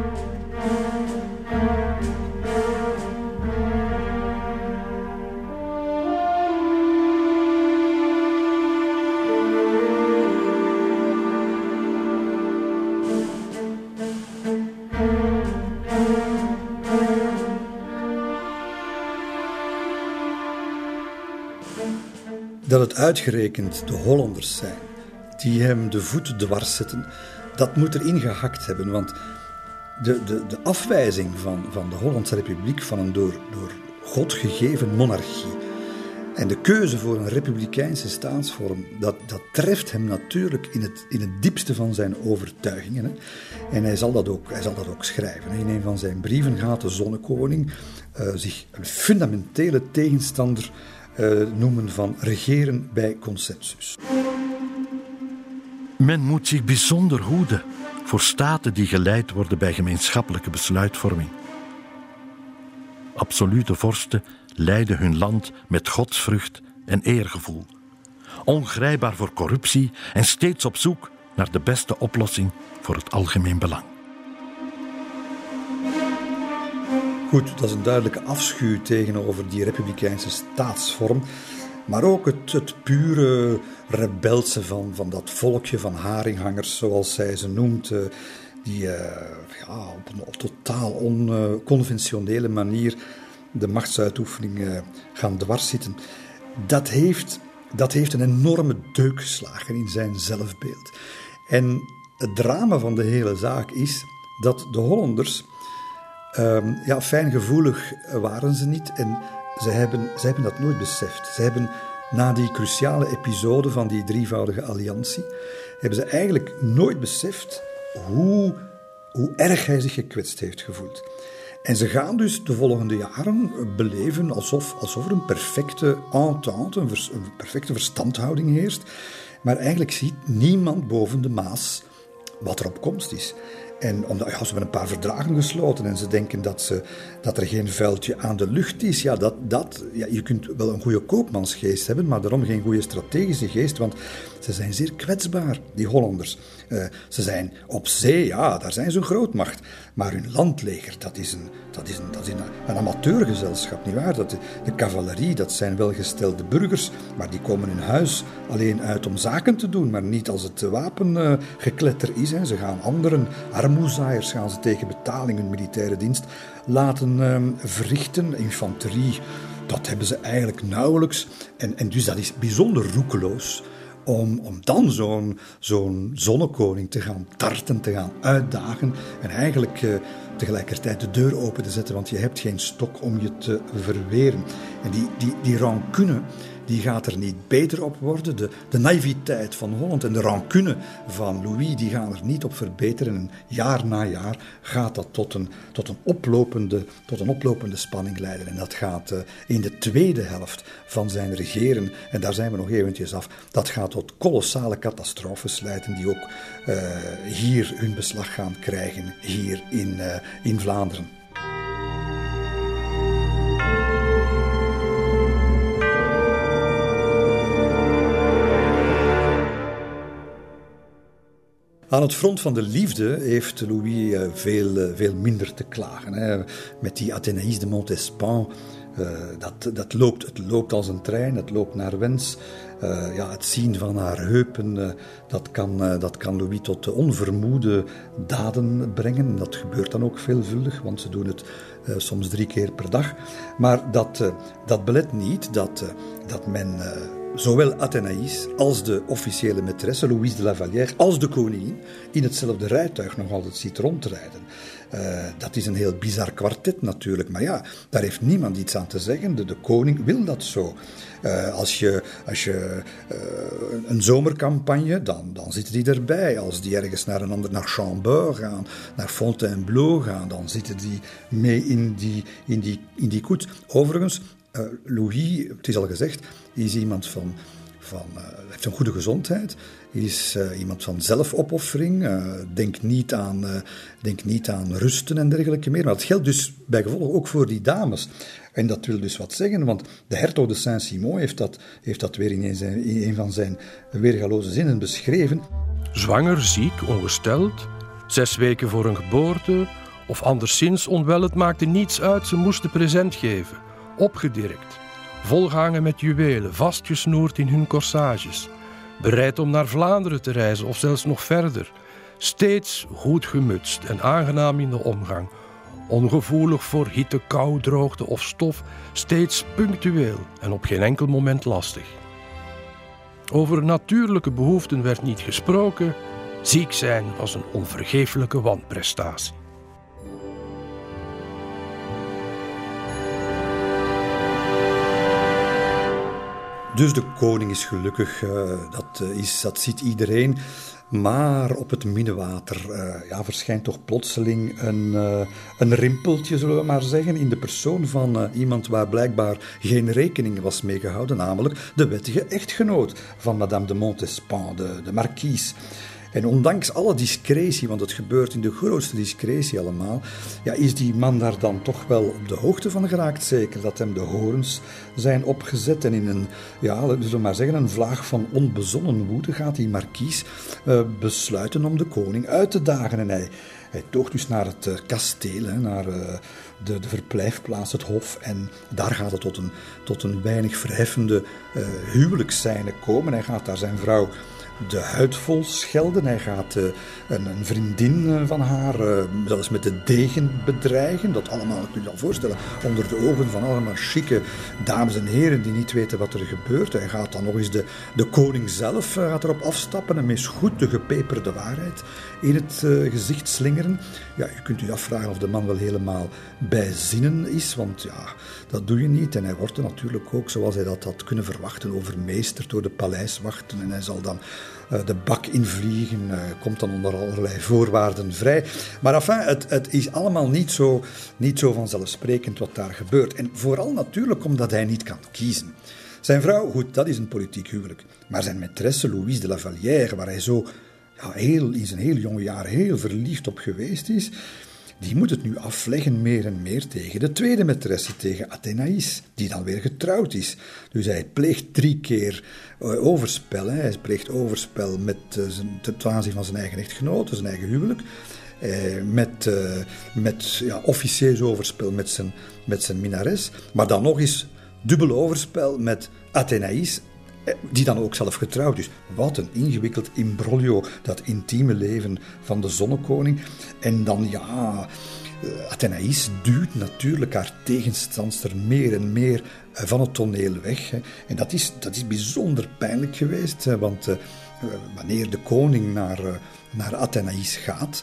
Dat het uitgerekend de Hollanders zijn die hem de voet dwars zetten, dat moet erin gehakt hebben. Want de afwijzing van de Hollandse Republiek van een door God gegeven monarchie en de keuze voor een republikeinse staatsvorm, dat treft hem natuurlijk in het diepste van zijn overtuigingen. Hè. En hij zal dat ook schrijven. In een van zijn brieven gaat de zonnekoning zich een fundamentele tegenstander noemen van regeren bij consensus. Men moet zich bijzonder hoeden voor staten die geleid worden bij gemeenschappelijke besluitvorming. Absolute vorsten leiden hun land met godsvrucht en eergevoel, ongrijpbaar voor corruptie en steeds op zoek naar de beste oplossing voor het algemeen belang. Goed, dat is een duidelijke afschuw tegenover die republikeinse staatsvorm. Maar ook het pure rebelse van dat volkje van haringhangers, zoals zij ze noemt, die op een totaal onconventionele manier de machtsuitoefening gaan dwarszitten. Dat heeft een enorme deuk geslagen in zijn zelfbeeld. En het drama van de hele zaak is dat de Hollanders, fijngevoelig waren ze niet en ze hebben dat nooit beseft. Ze hebben na die cruciale episode van die drievoudige alliantie, hebben ze eigenlijk nooit beseft hoe erg hij zich gekwetst heeft gevoeld. En ze gaan dus de volgende jaren beleven alsof er een perfecte entente, een perfecte verstandhouding heerst. Maar eigenlijk ziet niemand boven de Maas wat er op komst is. En omdat ze hebben een paar verdragen gesloten en ze denken dat er geen vuiltje aan de lucht is. Je kunt wel een goede koopmansgeest hebben, maar daarom geen goede strategische geest, want ze zijn zeer kwetsbaar, die Hollanders. Ze zijn op zee, daar zijn ze een grootmacht. Maar hun landleger, dat is een amateurgezelschap, nietwaar? De cavalerie, dat zijn welgestelde burgers, maar die komen hun huis alleen uit om zaken te doen, maar niet als het wapengekletter is. Hè. Ze gaan anderen, armoezaaiers, gaan ze tegen betaling hun militaire dienst laten verrichten. Infanterie, dat hebben ze eigenlijk nauwelijks. En dus dat is bijzonder roekeloos om dan zo'n zonnekoning te gaan tarten, te gaan uitdagen en eigenlijk tegelijkertijd de deur open te zetten, want je hebt geen stok om je te verweren. En die rancune, die gaat er niet beter op worden. De naïviteit van Holland en de rancune van Louis, die gaan er niet op verbeteren. En jaar na jaar gaat dat tot een oplopende spanning leiden. En dat gaat in de tweede helft van zijn regeren, en daar zijn we nog eventjes af, dat gaat tot kolossale catastrofes leiden die ook hier hun beslag gaan krijgen, hier in Vlaanderen. Aan het front van de liefde heeft Louis veel minder te klagen. Hè. Met die Athénaïs de Montespan, het loopt als een trein, het loopt naar wens. Het zien van haar heupen, dat kan Louis tot onvermoede daden brengen. Dat gebeurt dan ook veelvuldig, want ze doen het soms 3 keer per dag. Maar dat belet niet dat men zowel Athénaïs als de officiële maîtresse, Louise de La Vallière, als de koningin in hetzelfde rijtuig nog altijd ziet rondrijden. Dat is een heel bizar kwartet natuurlijk, maar daar heeft niemand iets aan te zeggen. De koning wil dat zo. Als je een zomercampagne, dan zitten die erbij. Als die ergens naar Chambord gaan, naar Fontainebleau gaan, dan zitten die mee in die koets. Overigens, Louis, het is al gezegd, is iemand Hij heeft een goede gezondheid. Hij is iemand van zelfopoffering. Denkt niet aan rusten en dergelijke meer. Maar dat geldt dus bij gevolg ook voor die dames. En dat wil dus wat zeggen, want de hertog de Saint-Simon heeft dat weer in een van zijn weergaloze zinnen beschreven. Zwanger, ziek, ongesteld, 6 weken voor een geboorte of anderszins onwel, het maakte niets uit, ze moesten present geven. Opgedirkt, volgehangen met juwelen, vastgesnoerd in hun corsages. Bereid om naar Vlaanderen te reizen of zelfs nog verder. Steeds goed gemutst en aangenaam in de omgang. Ongevoelig voor hitte, kou, droogte of stof. Steeds punctueel en op geen enkel moment lastig. Over natuurlijke behoeften werd niet gesproken. Ziek zijn was een onvergeeflijke wanprestatie. Dus de koning is gelukkig, dat ziet iedereen. Maar op het minnewater verschijnt toch plotseling een rimpeltje, zullen we maar zeggen, in de persoon van iemand waar blijkbaar geen rekening was mee gehouden, namelijk de wettige echtgenoot van Madame de Montespan, de marquise. En ondanks alle discretie, want het gebeurt in de grootste discretie allemaal, is die man daar dan toch wel op de hoogte van geraakt, zeker dat hem de horens zijn opgezet. En in een vlaag van onbezonnen woede gaat die markies besluiten om de koning uit te dagen. En hij toogt dus naar het kasteel, naar de verblijfplaats, het hof. En daar gaat het tot een weinig verheffende huwelijksscène komen. Hij gaat daar zijn vrouw de huid vol schelden. Hij gaat een vriendin van haar zelfs met de degen bedreigen. Dat allemaal, kun je je al voorstellen, onder de ogen van allemaal chique dames en heren die niet weten wat er gebeurt. Hij gaat dan nog eens de koning zelf gaat erop afstappen en hem eens goed de gepeperde waarheid in het gezicht slingeren. Ja, je kunt u afvragen of de man wel helemaal bij zinnen is, want dat doe je niet. En hij wordt er natuurlijk ook, zoals hij dat had kunnen verwachten, overmeesterd door de paleiswachten. En hij zal dan de bak invliegen, komt dan onder allerlei voorwaarden vrij. Maar enfin, het is allemaal niet zo vanzelfsprekend wat daar gebeurt. En vooral natuurlijk omdat hij niet kan kiezen. Zijn vrouw, goed, dat is een politiek huwelijk. Maar zijn maîtresse Louise de La Vallière, waar hij zo in zijn heel jonge jaar heel verliefd op geweest is, die moet het nu afleggen meer en meer tegen de tweede maîtresse, tegen Athénaïs, die dan weer getrouwd is. Dus hij pleegt 3 keer overspel. Hij pleegt overspel ten aanzien van zijn eigen echtgenote, zijn eigen huwelijk. Met officieus overspel met zijn minnares. Maar dan nog eens dubbel overspel met Athénaïs, die dan ook zelf getrouwd is. Wat een ingewikkeld imbroglio, dat intieme leven van de zonnekoning. En dan Athénaïs duwt natuurlijk haar tegenstandster meer en meer van het toneel weg. En dat is bijzonder pijnlijk geweest, want wanneer de koning naar Athénaïs gaat,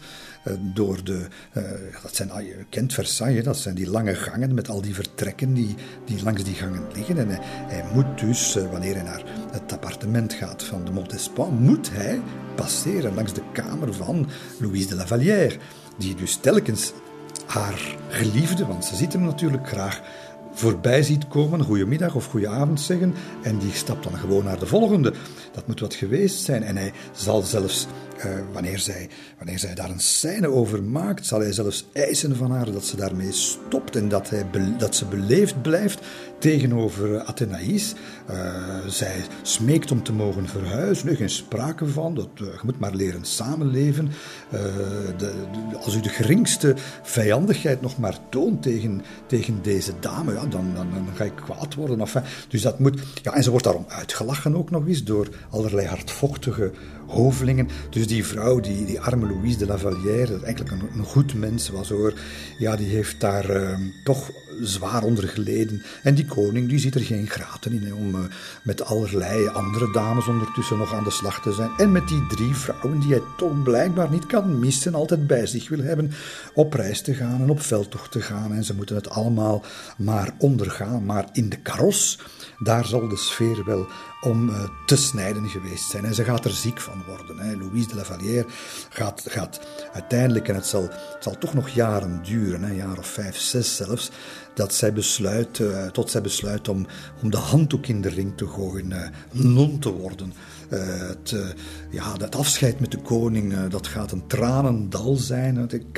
dat zijn, je kent Versailles, dat zijn die lange gangen met al die vertrekken die langs die gangen liggen. En hij moet dus, wanneer hij naar het appartement gaat van de Montespan, moet hij passeren langs de kamer van Louise de La Vallière, die dus telkens haar geliefde, want ze ziet hem natuurlijk graag, voorbij ziet komen, goedemiddag of goedenavond zeggen, en die stapt dan gewoon naar de volgende. Dat moet wat geweest zijn. En hij zal zelfs, wanneer zij daar een scène over maakt, zal hij zelfs eisen van haar dat ze daarmee stopt en dat ze beleefd blijft tegenover Athénaïs. Zij smeekt om te mogen verhuizen, geen sprake van, je moet maar leren samenleven. Als u de geringste vijandigheid nog maar toont tegen deze dame, dan ga ik kwaad worden. Enfin, dus dat moet. Ja, en ze wordt daarom uitgelachen ook nog eens door allerlei hardvochtige hovelingen. Dus die vrouw, die arme Louise de La Vallière, dat eigenlijk een goed mens was hoor, die heeft daar toch zwaar onder geleden. En die koning, die ziet er geen graten in om met allerlei andere dames ondertussen nog aan de slag te zijn. En met die 3 vrouwen die hij toch blijkbaar niet kan missen, altijd bij zich wil hebben, op reis te gaan en op veldtocht te gaan. En ze moeten het allemaal maar ondergaan. Maar in de karos, daar zal de sfeer wel om te snijden geweest zijn. En ze gaat er ziek van worden. Hè. Louise de La Vallière gaat uiteindelijk, en het zal toch nog jaren duren, een jaar of 5, 6 zelfs, dat zij besluit om de handdoek in de ring te gooien, non te worden. Het afscheid met de koning, dat gaat een tranendal zijn.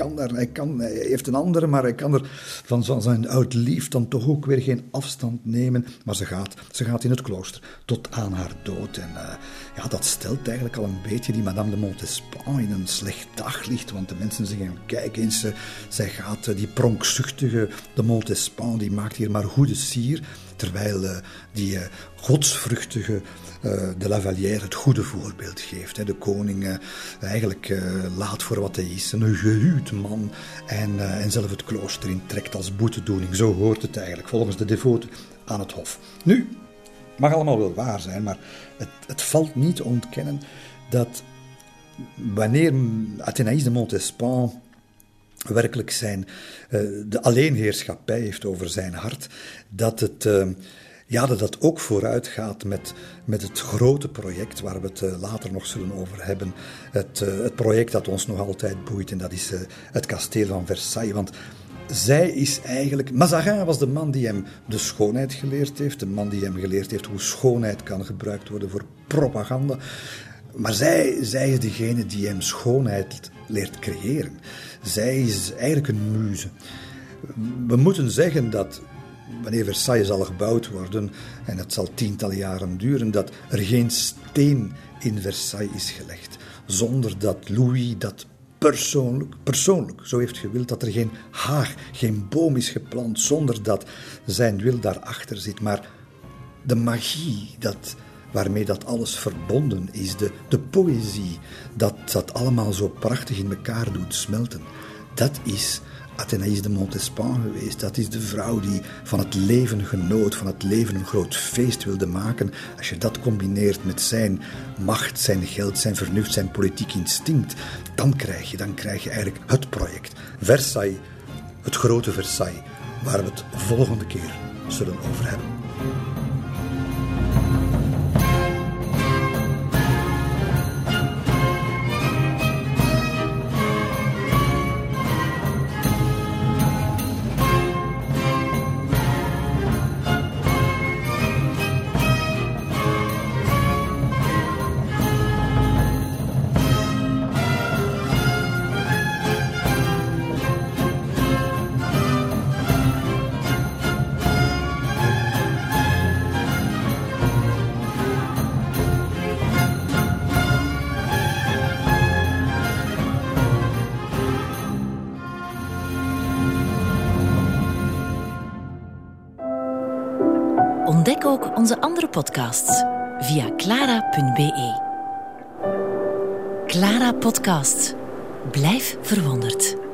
Hij heeft een andere, maar hij kan er van zijn oud lief dan toch ook weer geen afstand nemen. Maar ze gaat in het klooster tot aan haar dood. En dat stelt eigenlijk al een beetje die Madame de Montespan in een slecht daglicht. Want de mensen zeggen, kijk eens, zij gaat, die pronkzuchtige de Montespan, die maakt hier maar goede sier. Terwijl die godsvruchtige de La Vallière het goede voorbeeld geeft. De koning eigenlijk laat voor wat hij is. Een gehuwd man en zelf het klooster intrekt als boetedoening. Zo hoort het eigenlijk, volgens de devoten aan het hof. Nu, mag allemaal wel waar zijn, maar het valt niet te ontkennen dat wanneer Athénaïs de Montespan werkelijk de alleenheerschappij heeft over zijn hart, dat dat ook vooruit gaat met het grote project waar we het later nog zullen over hebben. Het project dat ons nog altijd boeit, en dat is het kasteel van Versailles. Want zij is eigenlijk... Mazarin was de man die hem de schoonheid geleerd heeft, de man die hem geleerd heeft hoe schoonheid kan gebruikt worden voor propaganda. Maar zij is degene die hem schoonheid leert creëren. Zij is eigenlijk een muze. We moeten zeggen dat wanneer Versailles zal gebouwd worden, en het zal tientallen jaren duren, dat er geen steen in Versailles is gelegd, zonder dat Louis dat persoonlijk zo heeft gewild, dat er geen haag, geen boom is geplant, zonder dat zijn wil daarachter zit. Maar de magie waarmee dat alles verbonden is, de poëzie, dat allemaal zo prachtig in elkaar doet smelten, dat is Athénaïs de Montespan geweest. Dat is de vrouw die van het leven genoot, van het leven een groot feest wilde maken. Als je dat combineert met zijn macht, zijn geld, zijn vernuft, zijn politiek instinct, dan krijg je eigenlijk het project. Versailles, het grote Versailles, waar we het volgende keer zullen over hebben. Ontdek ook onze andere podcasts via clara.be. Clara Podcasts. Blijf verwonderd.